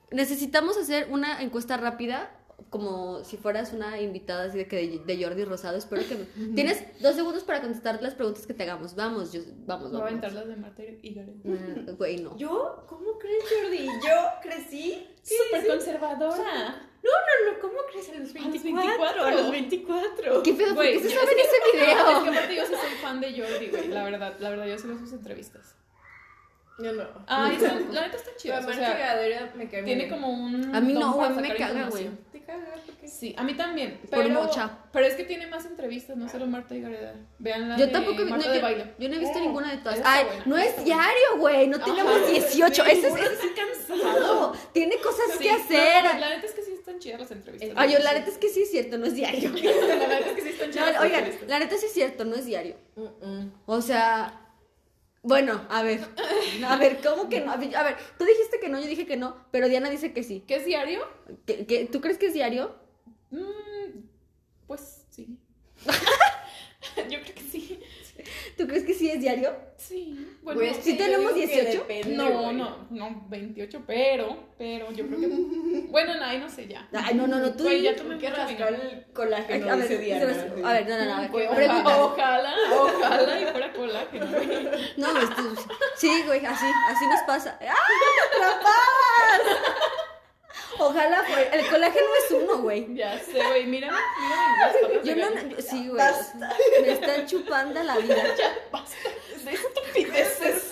necesitamos hacer una encuesta rápida, como si fueras una invitada así de que de, de Jordi Rosado. Espero que me... Tienes dos segundos para contestar las preguntas que te hagamos. Vamos, yo, vamos, Voy a vamos. aventar las de Marta y Gareth. Mm, Güey, no. ¿Yo? ¿Cómo crees, Jordi? Yo crecí. Súper conservadora. No, no, no, ¿cómo crees? A los veinticuatro. A los veinticuatro. ¿Qué pedo? ¿Por Güey, qué se yo- saben es ese Es que video? aparte yo sí soy fan de Jordi, güey. La verdad, la verdad, yo sí veo sus entrevistas. Yo no. Ay, son- la neta está chida. La O sea, Gadera me cae tiene bien. como un. A mí no, don para güey, me sacar caga, güey. información. ¿Te cagas? ¿Por qué? Sí, a mí también. Por Pero, mocha. pero es que tiene más entrevistas, no solo Marta y Gareda. Vean la Yo de tampoco he- Marta no, de yo, baile. yo no he visto Oh, ninguna de todas. esa está Ay, buena, no esa es está buena. diario, güey. No tenemos Ajá, dieciocho. sí, Ese es burro, sí, cansado. Tiene cosas Sí, que no, hacer. no, la neta es que sí están chidas las entrevistas. Ay, yo, la neta es que sí es cierto, no es diario. La neta es que sí están No, chidas las oigan, entrevistas. la neta sí es cierto, no es diario. Mm-mm. O sea, bueno, a ver. A ver, ¿cómo que no? A ver, a ver, tú dijiste que no, yo dije que no, pero Diana dice que sí. ¿Qué es diario? ¿Qué, qué- tú crees que es diario? Mm, pues sí. Yo creo que sí. ¿Tú crees que sí es diario? Sí. Bueno, Güey, es ¿sí que yo tenemos digo que dieciocho? depende, no, güey. no, no, veintiocho, pero, pero yo creo que. Bueno, no, ahí no sé ya. Ay, no, no, no, tú Güey, di- ya tomé Hay que mucho rascar vino. el colágeno, a dice ver, Diana. se me- a ver, no, no, no, a ver. Güey, Pregunta. ojalá, ojalá y fuera colágeno, güey. No, esto- sí, güey, así, así nos pasa. ¡Ah, atrapadas! Ojalá, güey, el colágeno es uno, güey. Ya sé, güey, mírame, mírame las patas de Yo no, gallo. no- sí, güey, Basta. me están chupando la vida. De estupideces.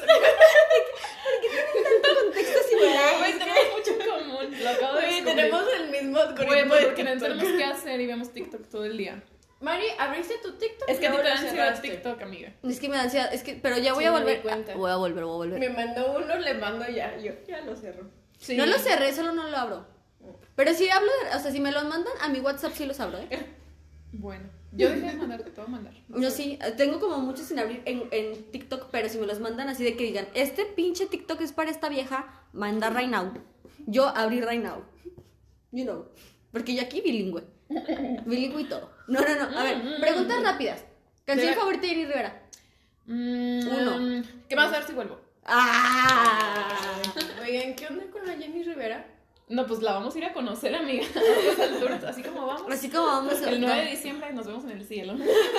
Contexto Güey, similar. güey, tenemos mucho en común. Lo acabo de Güey, descubrir. tenemos el mismo Güey, algoritmo pues de porque no TikTok. tenemos qué hacer y vemos TikTok todo el día. Mari, ¿abriste tu TikTok? Es que a ti No, te lo dan ansiedad cerraste. TikTok, amiga. Es que me da ansiedad, es que, pero ya voy Sí, a me di volver. cuenta. Voy a volver, voy a volver. Me mandó uno, le mando ya. Yo ya lo cerro. Sí. No lo cerré, solo no lo abro. Pero si hablo, de- o sea, si me lo mandan a mi WhatsApp sí los abro, ¿eh? Bueno, yo dejé de mandar, te puedo mandar. No, sí, tengo como muchos sin abrir en, en TikTok, pero si me los mandan así de que digan, este pinche TikTok es para esta vieja, manda right now. Yo abrí right now. You know. Porque yo aquí bilingüe. Bilingüe y todo. No, no, no. A ver, preguntas rápidas. Canción Debe- favorita de Jenny Rivera. Mm, Uno. ¿Qué vas a hacer si vuelvo? ¡Ah! Oigan, ¿qué onda con la Jenny Rivera? No, pues la vamos a ir a conocer, amiga. A estas alturas, así como vamos. Así como vamos a... El nueve de diciembre nos vemos en el cielo.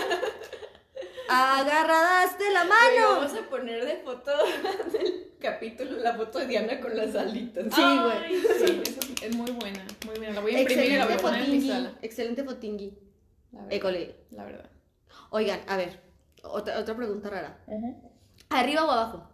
Agarradas de la Oye, mano. vamos a poner de foto del capítulo la foto de Diana con las alitas. Sí, güey. Ay, sí, esa es, es muy buena, muy buena. La voy a imprimir y la voy Excelente a poner en mi fotingui. sala. Excelente fotingui. La verdad. École. La verdad. Oigan, a ver. Otra, otra pregunta rara. ¿Arriba o abajo?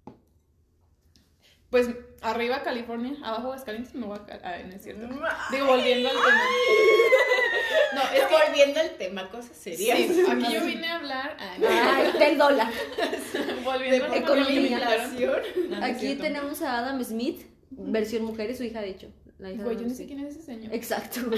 Pues arriba California, abajo Aguascalientes me voy a... Ah, no es cierto. Ay. Digo, volviendo al tema. No, es que... volviendo al tema, cosas serias. Sí, aquí yo vine a hablar... Ah, no. Ay, del dólar. Volviendo al tema economía. que me invitaron. Inflación. No, no es Aquí cierto. tenemos a Adam Smith, versión mujer, y su hija, de hecho. La hija Güey, de yo Adam no sé Smith. quién es ese señor. Exacto. No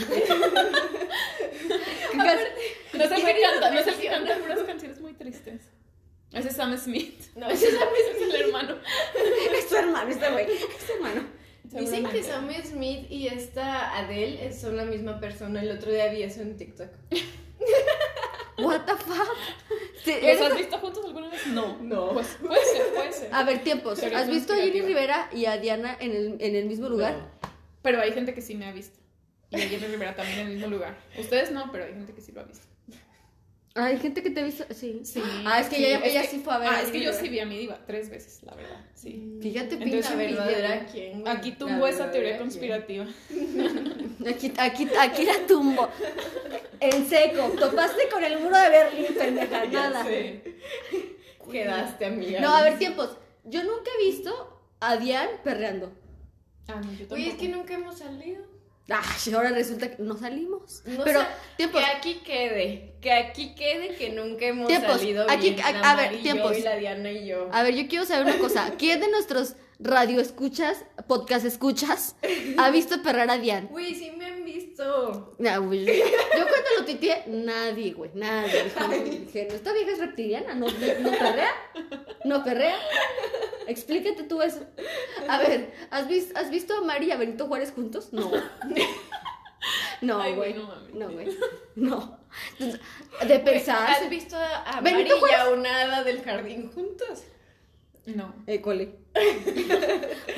es el que canta, no es el que canta puras canciones muy tristes. Ese es Sam Smith. No, ese es Ese es el hermano. Es su hermano, este güey. Es su hermano. Dicen que Seguramente. Sam Smith y esta Adele son la misma persona. El otro día vi eso en TikTok. What the fuck. Sí, ¿Los eres- has visto juntos alguna vez? No. No. Pues puede ser, puede ser. A ver, tiempos. Teoría ¿Has visto a Jenny conspirativa. Rivera y a Diana en el, en el mismo lugar? Pero hay gente que sí me ha visto. Y a Jenny Rivera también en el mismo lugar. Ustedes no, pero hay gente que sí lo ha visto. Hay gente que te ha visto. Sí. Sí. Ah, es que sí, ella, es ella que- sí fue a ver. Ah, a es que Jenny yo Rivera. sí vi a mi diva tres veces, la verdad. Sí. Fíjate, Entonces, pinche La verdadera envidia. quién. güey? Aquí La tumbó esa teoría verdadera conspirativa. Aquí, aquí, aquí la tumbo. En seco. Topaste con el muro de Berlín, pendeja. quién. Ya Nada. sé. Quedaste, amiga. No, a ver, tiempos. Yo nunca he visto a Diane perreando. Ah, no, yo tampoco. Oye, es que nunca hemos salido. Ah, ahora resulta que no salimos. No Pero, sé, tiempos. Que aquí quede. Que aquí quede que nunca hemos Tiempos, salido aquí- bien. a- la a ver, Mari y tiempos. yo y la Diana y yo. A ver, yo quiero saber una cosa. ¿Quién de nuestros radio escuchas, podcast escuchas, ha visto perrar a Diane? Güey, sí me han visto. No, güey, yo cuando lo titeé, nadie, güey, nadie. Dije, dije, no, esta vieja es reptiliana, no, no perrea, no perrea. Explícate tú eso. A ver, ¿has, vis- ¿has visto a Mari y a Benito Juárez juntos? No. No, Ay, güey. güey, no mames. No, güey. No. Entonces, de pensar. ¿Has visto a, a Mari Benito y a una hada del jardín juntos? No. École.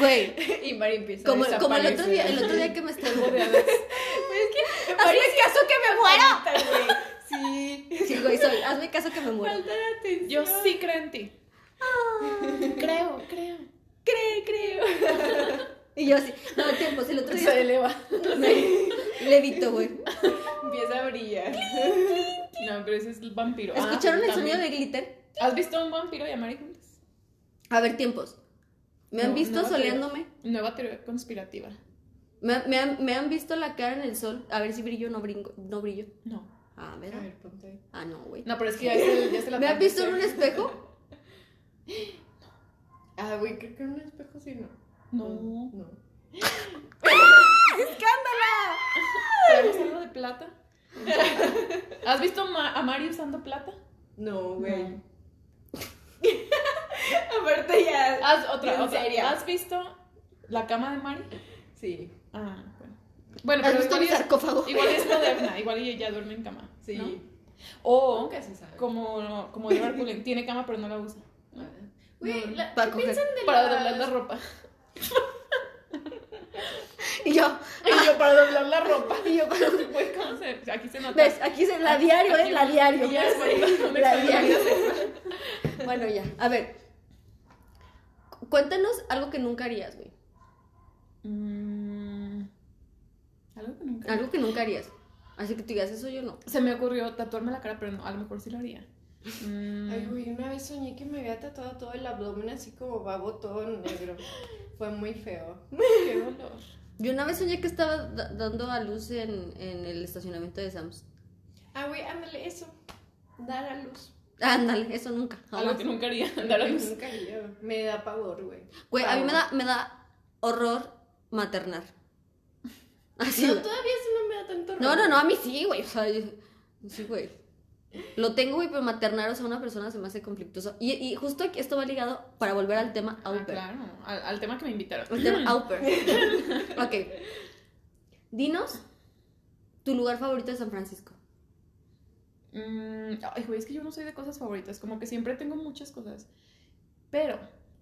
Güey. Y Mari empieza Como, a como el otro desaparecer. día, el otro día que me estaba rodeando. Pues es que Hazme caso que me muero. muero. Sí. Sí, güey, soy. Hazme caso que me muero. Falta de atención. Yo sí creo en ti. Creo, creo. creo, creo. Y yo así. No, tiempos, el otro Se día. eleva. Levito, güey. Empieza a brillar. No, pero ese es el vampiro. Ah, ¿Escucharon el también. sonido de glitter? ¿Has visto a un vampiro y a Mari juntas? A ver, tiempos. ¿Me han No, visto nueva teoría- soleándome? Nueva teoría conspirativa. ¿Me, me, han, ¿Me han visto la cara en el sol? A ver si brillo o no, brinco, no brillo. No. Ah, A ¿verdad? ver, ponte ahí. Ah, no, güey. No, pero es que ya es, ya se la ¿Me han visto en un espejo? Ah, güey, creo que en un espejo sí, no. No. No. ¿Traemos algo de plata? ¿Has visto a Ma- a Mari usando plata? No, güey. No. Aparte ya. ¿Has, otra, ¿En otra. serio? ¿Has visto la cama de Mari? Sí. Ah, bueno. Bueno, ¿Has pero visto igual mi es, sarcófago? igual es moderna, igual ella ya duerme en cama. Sí. ¿no? O Nunca se sabe. como, como Edward Cullen, tiene cama pero no la usa. Güey, No, la- para ¿qué coger. piensan de Para las- doblar la ropa. Y yo, Y yo para doblar la ropa. y yo, Güey, ¿cómo se- aquí se nota. ¿ves? Aquí se la diario, ¿eh? Aquí La un- diario. ya es una- una La experiencia diario. sexual. Bueno, ya. A ver. Cu- Cuéntanos algo que nunca harías, güey. Mm, algo que nunca. Algo que nunca harías. Así que tú digas, eso yo no. Se me ocurrió tatuarme la cara, pero no, a lo mejor sí lo haría. Mm, Ay, güey, una vez soñé que me había tatuado todo el abdomen así como babo, todo negro. Fue muy feo. qué dolor. Yo una vez soñé que estaba da- dando a luz en, en el estacionamiento de Sam's. Ah, güey, ándale, eso. Dar a luz. Ándale, eso nunca. Algo Jamás. que nunca haría, dar a luz. Nunca haría. Me da pavor, güey. Güey, a mí me Pavor. da, me da horror maternar. Así. No, güey. todavía eso no me da tanto No, horror. no, no, a mí sí, güey. O sea, yo- sí, güey. Lo tengo, güey, pero maternar, o sea, una persona se me hace conflictuoso. Y, y justo aquí esto va ligado para volver al tema Ah, au pair. claro, al, al tema que me invitaron. El tema au pair. Ok. Dinos tu lugar favorito de San Francisco. Mm, ay, güey, es que yo no soy de cosas favoritas, como que siempre tengo muchas cosas. Pero,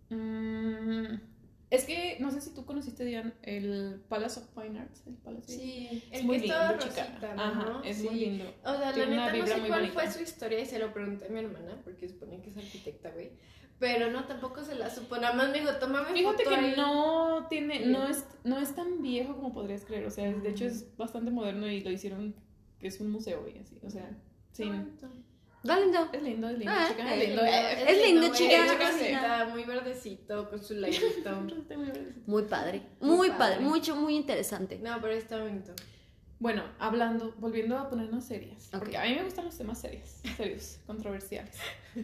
mm, es que no sé si tú conociste, Diane, el Palace of Fine Arts. El Palace Sí, es el muy que es todo lindo, chica. rosita, ¿no? Ajá, es Sí. muy lindo. O sea, la Tiene una neta no vibra sé muy cuál bonita. fue su historia y se lo pregunté a mi hermana porque supone que es arquitecta, güey. Pero no, tampoco se la supo. Nada más me dijo, tómame Fíjate foto que ahí. no tiene, Sí. no es, no es tan viejo como podrías creer. O sea, de hecho es bastante moderno y lo hicieron que es un museo y así. O sea, sí. Da lindo. Es lindo, es lindo, Ah, chica, eh, es lindo. eh, Es lindo, güey, chica. es casita, muy verdecito, con su laguito. Está muy bonito. Muy padre. Muy Muy padre. padre. Mucho, muy interesante. No, pero está bonito. Bueno, hablando, volviendo a ponernos serias. Ok. Porque a mí me gustan los temas serios, serios, controversiales.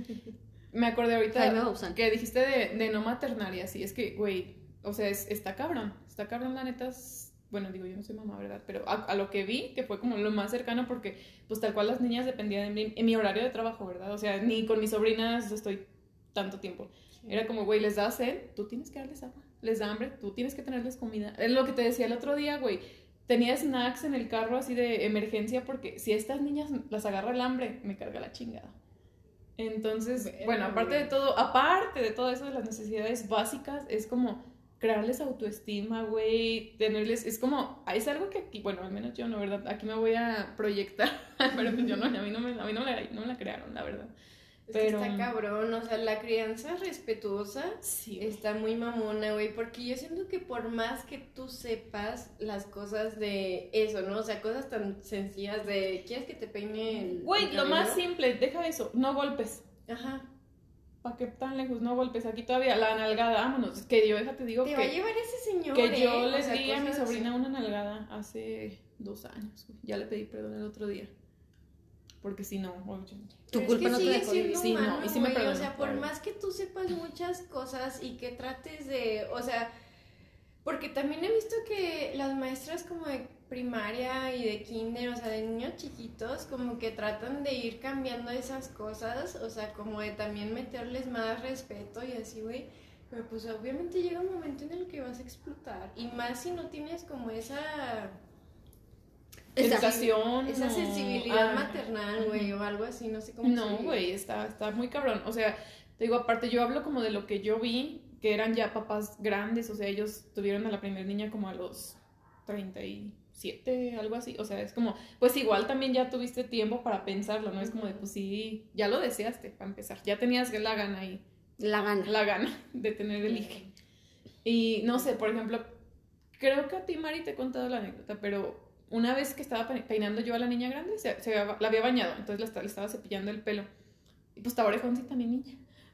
Me acordé ahorita Jaime Maussan. que dijiste de, de no maternar y así. Es que, güey, o sea, es- está cabrón. Está cabrón, la neta. es- Bueno, digo, yo no soy mamá, ¿verdad? Pero a, a lo que vi, que fue como lo más cercano, porque pues tal cual las niñas dependían de mí en mi horario de trabajo, ¿verdad? O sea, ni con mis sobrinas estoy tanto tiempo. Era como, güey, les da sed, tú tienes que darles agua. Les da hambre, tú tienes que tenerles comida. Es lo que te decía el otro día, güey. Tenía snacks en el carro así de emergencia porque si a estas niñas las agarra el hambre, me carga la chingada. Entonces, Verga, bueno, aparte de güey. todo, aparte de todo eso de las necesidades básicas, es como crearles autoestima, güey, tenerles, es como, es algo que aquí, bueno, al menos yo no, ¿verdad? Aquí me voy a proyectar, pero pues yo no, a mí no me, a mí no me, la, no me la crearon, la verdad. Es Pero- que está cabrón, o sea, la crianza respetuosa Sí, está muy mamona, güey, porque yo siento que por más que tú sepas las cosas de eso, ¿no? O sea, cosas tan sencillas de, ¿quieres que te peine el güey, el lo más cabello? simple, deja eso, no golpes. Ajá. ¿Para qué tan lejos? No golpes, aquí todavía la nalgada, vámonos. Es que yo, déjate, digo Te que, va a llevar ese señor, que yo ¿eh? le O sea, di a mi cosas sobrina así. una nalgada hace dos años, güey. Ya le pedí perdón el otro día. Porque si no, oye, Tu Pero culpa es no que te sigue dejó siendo Sí, no, humano, y sí me güey, perdonó, o sea, por claro. más que tú sepas muchas cosas y que trates de, o sea, porque también he visto que las maestras como de primaria y de kinder, o sea, de niños chiquitos, como que tratan de ir cambiando esas cosas, o sea, como de también meterles más respeto y así, güey. Pero pues obviamente llega un momento en el que vas a explotar, y más si no tienes como esa... Esa- educación. Esa o- sensibilidad ah, maternal, güey, o algo así, no sé cómo se No, diga. güey, está, está muy cabrón. O sea, te digo, aparte yo hablo como de lo que yo vi, que eran ya papás grandes, o sea, ellos tuvieron a la primera niña como a los treinta y siete, algo así, o sea, es como, pues igual también ya tuviste tiempo para pensarlo, ¿no? Es como de, pues sí, ya lo deseaste para empezar, ya tenías la gana ahí. La gana. La gana de tener el hijo. Y no sé, por ejemplo, creo que a ti, Mari, te he contado la anécdota, pero una vez que estaba peinando yo a la niña grande, se, se la había bañado, entonces la, le estaba cepillando el pelo. Y pues estaba orejoncita mi niña.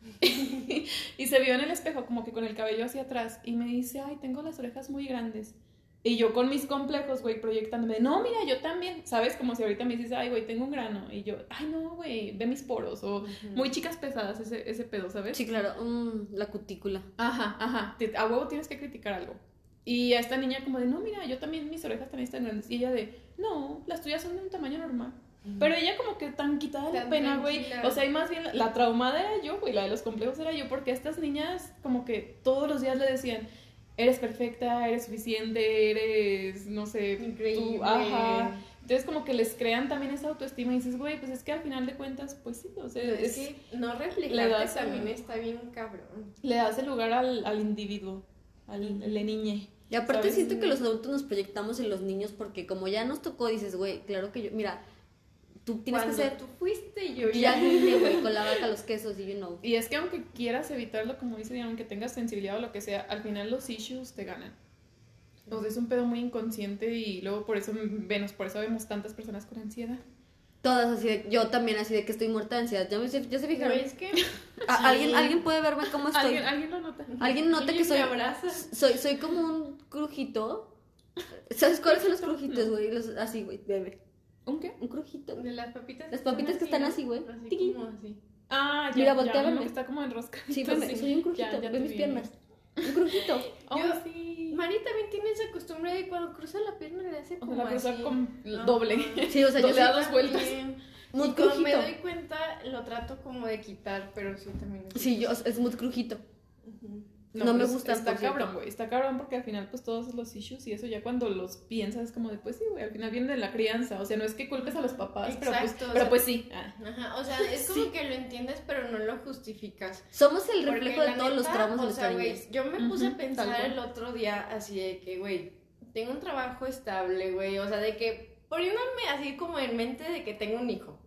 Y se vio en el espejo como que con el cabello hacia atrás y me dice, ay, tengo las orejas muy grandes. Y yo con mis complejos, güey, proyectándome, no, mira, yo también, ¿sabes? Como si ahorita me dices, ay, güey, tengo un grano. Y yo, ay, no, güey, ve mis poros. O uh-huh. Muy chicas pesadas ese, ese pedo, ¿sabes? Sí, claro, mm, la cutícula. Ajá, ajá, Te, a huevo tienes que criticar algo. Y a esta niña como de, no, mira, yo también, mis orejas también están grandes. Y ella de, no, las tuyas son de un tamaño normal. Uh-huh. Pero ella como que tan quitada de la pena, güey. O sea, y más bien, la traumada era yo, güey, la de los complejos era yo. Porque a estas niñas como que todos los días le decían, eres perfecta, eres suficiente, eres, no sé, increíble. Tú, ajá. Entonces como que les crean también esa autoestima y dices, güey, pues es que al final de cuentas, pues sí, o sea, no, es, es que no reflejarte también el, está bien cabrón. Le das el lugar al, al individuo, al, al de niñe. Y aparte ¿sabes? Siento que los adultos nos proyectamos en los niños porque como ya nos tocó, dices, güey, claro que yo, mira, tú tienes Cuando que ser... tú fuiste yo ya vine, güey, con la vaca, los quesos y you know. Y es que aunque quieras evitarlo, como dice Diana, aunque tengas sensibilidad o lo que sea, al final los issues te ganan. O sea, es un pedo muy inconsciente y luego por eso, vemos, por eso vemos tantas personas con ansiedad. Todas así de, yo también así de que estoy muerta de ansiedad. ¿Ya, me, ya se fijaron? No, es que... ¿A, sí. ¿alguien, ¿Alguien puede verme cómo estoy? ¿Alguien, alguien lo nota. ¿Alguien nota que soy... me abraza? Soy, soy como un crujito. ¿Sabes cuáles son los crujitos, güey? Los, así, güey, bebé. ¿Un qué? Un crujito. De las papitas. Las papitas que están así, güey. Así como así. Ah, ya, mira, voltea ya, a verme. Está como enroscado. Sí, veme, sí, soy un crujito. Ya, ya ve mis vi. piernas. Un crujito. Oh, yo, sí. Mari también tiene esa costumbre de cuando cruza la pierna le hace como o sea, la cruza así. con doble. Sí, o sea, doble yo a dos vueltas. Muy y crujito. cuando me doy cuenta lo trato como de quitar, pero sí también es sí, yo, es muy crujito. Uh-huh. No, no me gusta. Está cabrón, güey. Está cabrón porque al final, pues todos los issues y eso ya cuando los piensas es como de, pues sí, güey, al final viene de la crianza. O sea, no es que culpes a los papás, exacto, pero, pues, pero sea, pues sí. Ah. Ajá, o sea, es como sí. que lo entiendes, pero no lo justificas. Somos el reflejo de todos neta, los traumas de nuestra niñez. Yo me puse uh-huh, a pensar el otro día así de que, güey, tengo un trabajo estable, güey. O sea, de que poniéndome así como en mente de que tengo un hijo.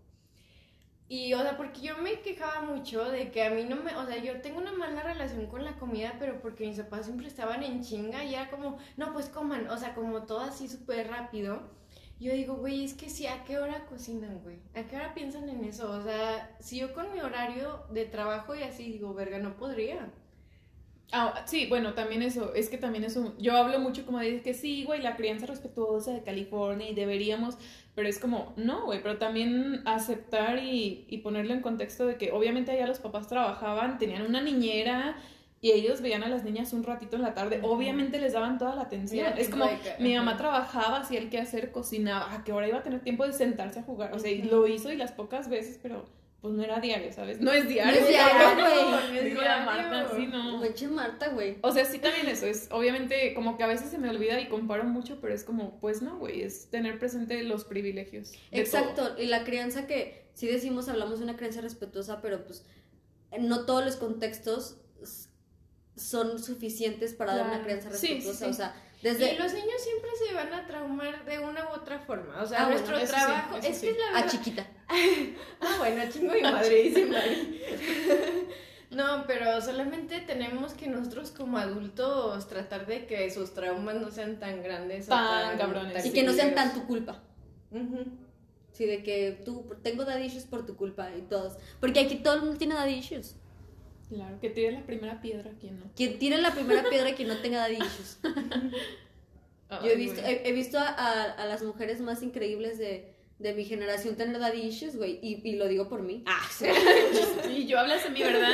Y, o sea, porque yo me quejaba mucho de que a mí no me... O sea, yo tengo una mala relación con la comida, pero porque mis papás siempre estaban en chinga y era como, no, pues coman. O sea, como todo así súper rápido. Yo digo, güey, es que sí, ¿a qué hora cocinan, güey? ¿A qué hora piensan en eso? O sea, si yo con mi horario de trabajo y así digo, verga, no podría. Ah, sí, bueno, también eso, es que también eso, yo hablo mucho como de que sí, güey, la crianza respetuosa de California y deberíamos, pero es como, no, güey, pero también aceptar y, y ponerlo en contexto de que obviamente allá los papás trabajaban, tenían una niñera y ellos veían a las niñas un ratito en la tarde, obviamente les daban toda la atención, yeah, es como, que, mi mamá trabajaba, hacía el quehacer, cocinaba, ¿a qué hora iba a tener tiempo de sentarse a jugar? O sea, y lo hizo y las pocas veces, pero... Pues no era diario, ¿sabes? No es diario. No es diario, güey. Dice a Marta, sí, no. Manche Marta, güey. O sea, sí también eso es, obviamente, como que a veces se me olvida y comparo mucho, pero es como, pues no, güey, es tener presente los privilegios. Exacto, todo. Y la crianza que, sí decimos, hablamos de una crianza respetuosa, pero pues no todos los contextos son suficientes para claro. dar una crianza respetuosa, sí, sí, sí. O sea... Desde... Y los niños siempre se van a traumar de una u otra forma. O sea, ah, nuestro bueno, trabajo sí, es sí. que es la verdad. A chiquita. Ah, bueno, chingo mi madre, dice Mari. No, pero solamente tenemos que nosotros como adultos tratar de que sus traumas no sean tan grandes tan, o tan cabrones. Tan y que no sean tan tu culpa. Uh-huh. Sí, de que tú, tengo daddy issues por tu culpa y todos. Porque aquí todo el mundo tiene daddy issues. Claro, que tire la primera piedra, ¿quién no? Quien tire la primera piedra, quien no tenga daddy issues. Yo he visto, he, he visto a, a, a las mujeres más increíbles de, de mi generación tener daddy issues, güey, y, y lo digo por mí. Ah, sí. Y yo hablas de mí, ¿verdad?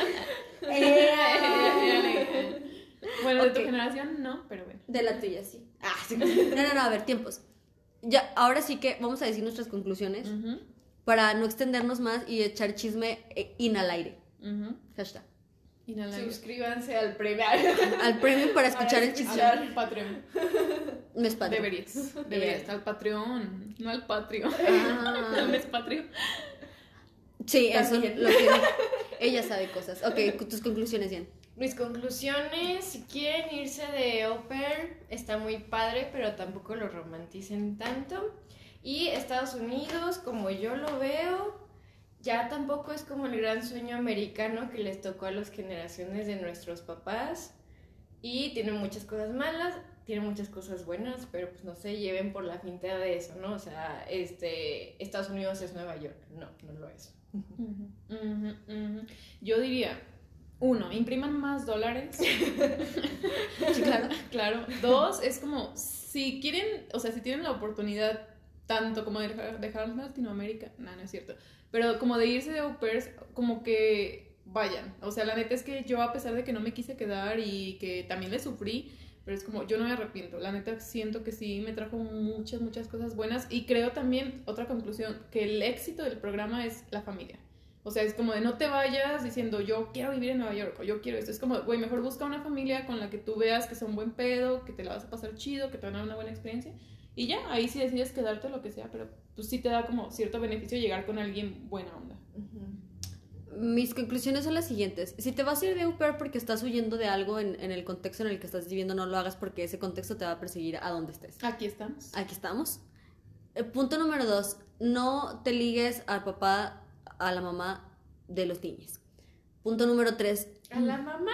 Eh. Bueno, okay. De tu generación no, pero bueno. De la tuya, sí. Ah, sí. No, no, no, a ver, tiempos. Ya, ahora sí que vamos a decir nuestras conclusiones uh-huh. para no extendernos más y echar chisme in al aire. Uh-huh. Hashtag. Suscríbanse al premio. Al premio para escuchar el chisme. Al Patreon. No es Patreon. Deberías. Deberías. Al Patreon. No al Patreon. Ah. No es Patreon. Sí, también. Eso lo que ella sabe cosas. Ok, tus conclusiones, Ian. Mis conclusiones, si quieren irse de au pair, está muy padre, pero tampoco lo romanticen tanto. Y Estados Unidos, como yo lo veo, ya tampoco es como el gran sueño americano que les tocó a las generaciones de nuestros papás. Y tiene muchas cosas malas, tiene muchas cosas buenas, pero pues no se lleven por la finta de eso, ¿no? O sea, este, Estados Unidos es Nueva York. No, no lo es. Uh-huh, uh-huh, uh-huh. Yo diría... Uno, impriman más dólares. Sí, claro. Claro. Dos, es como, si quieren, o sea, si tienen la oportunidad tanto como de dejar, dejar Latinoamérica, no, no es cierto, pero como de irse de au pairs, como que vayan. O sea, la neta es que yo, a pesar de que no me quise quedar y que también le sufrí, pero es como, yo no me arrepiento. La neta siento que sí me trajo muchas, muchas cosas buenas. Y creo también, otra conclusión, que el éxito del programa es la familia. O sea, es como de no te vayas diciendo yo quiero vivir en Nueva York o yo quiero esto. Es como, güey, mejor busca una familia con la que tú veas que sea un buen pedo, que te la vas a pasar chido, que te van a dar una buena experiencia. Y ya, ahí sí decides quedarte o lo que sea, pero pues sí te da como cierto beneficio llegar con alguien buena onda. Uh-huh. Mis conclusiones son las siguientes. Si te vas a ir de au pair porque estás huyendo de algo en, en el contexto en el que estás viviendo, no lo hagas porque ese contexto te va a perseguir a donde estés. Aquí estamos. Aquí estamos. Eh, punto número dos. No te ligues al papá, a la mamá de los niños. Punto número tres. A la mamá.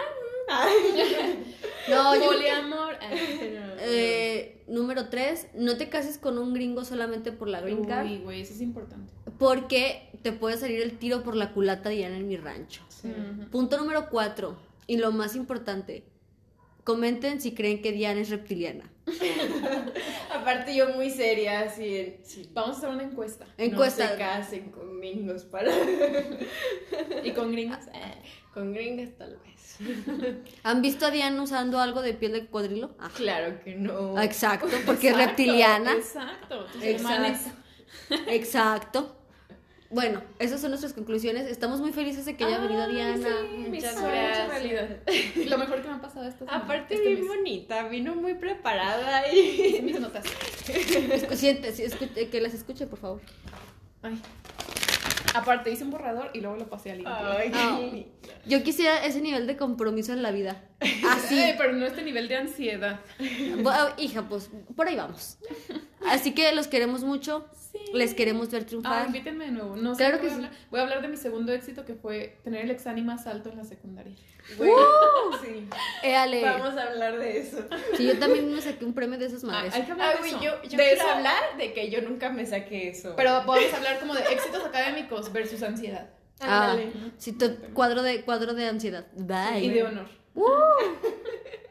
No, yo... Poliamor. Eh, número tres. No te cases con un gringo solamente por la green card. Uy, güey, eso es importante. Porque te puede salir el tiro por la culata Diana en mi rancho. Sí. Uh-huh. Punto número cuatro. Y lo más importante. Comenten si creen que Diana es reptiliana. Aparte yo muy seria, así en... Sí. Vamos a hacer una encuesta. Encuesta. No se casen con gringos para... ¿Y con gringos? Eh. Con gringas tal vez. ¿Han visto a Diana usando algo de piel de cocodrilo? Ah. Claro que no. Exacto, porque Exacto, es reptiliana. Exacto, tus Exacto. hermanes. Exacto. Bueno, esas son nuestras conclusiones. Estamos muy felices de que haya Ay, venido Diana. Sí, Muchas sueño gracias. hecho realidad. Lo mejor que me ha pasado esta semana. Aparte este bien mes. bonita, vino muy preparada y... Sí, mis notas. Escu- siente, sí, escu- que las escuche, por favor. Ay. Aparte hice un borrador y luego lo pasé a limpio. Ay, Ah. qué- Yo quisiera ese nivel de compromiso en la vida. Así. Ay, pero no este nivel de ansiedad. Bueno, hija, pues por ahí vamos. Así que los queremos mucho. Sí. Les queremos ver Ah, triunfar. invítenme de nuevo. No sé Claro qué que voy a sí. hablar. Voy a hablar de mi segundo éxito, que fue tener el examen más alto en la secundaria. Bueno, sí. Éale. Vamos a hablar de eso. Sí, yo también me saqué un premio de esas madres. Ah, hay que hablar Ah, de güey, eso. yo, yo De quiero eso, hablar de que yo nunca me saqué eso. Pero podemos hablar como de éxitos académicos versus ansiedad. Ah, Ándale. sí, tu- cuadro de, cuadro de ansiedad. Bye. Y de honor. Uh.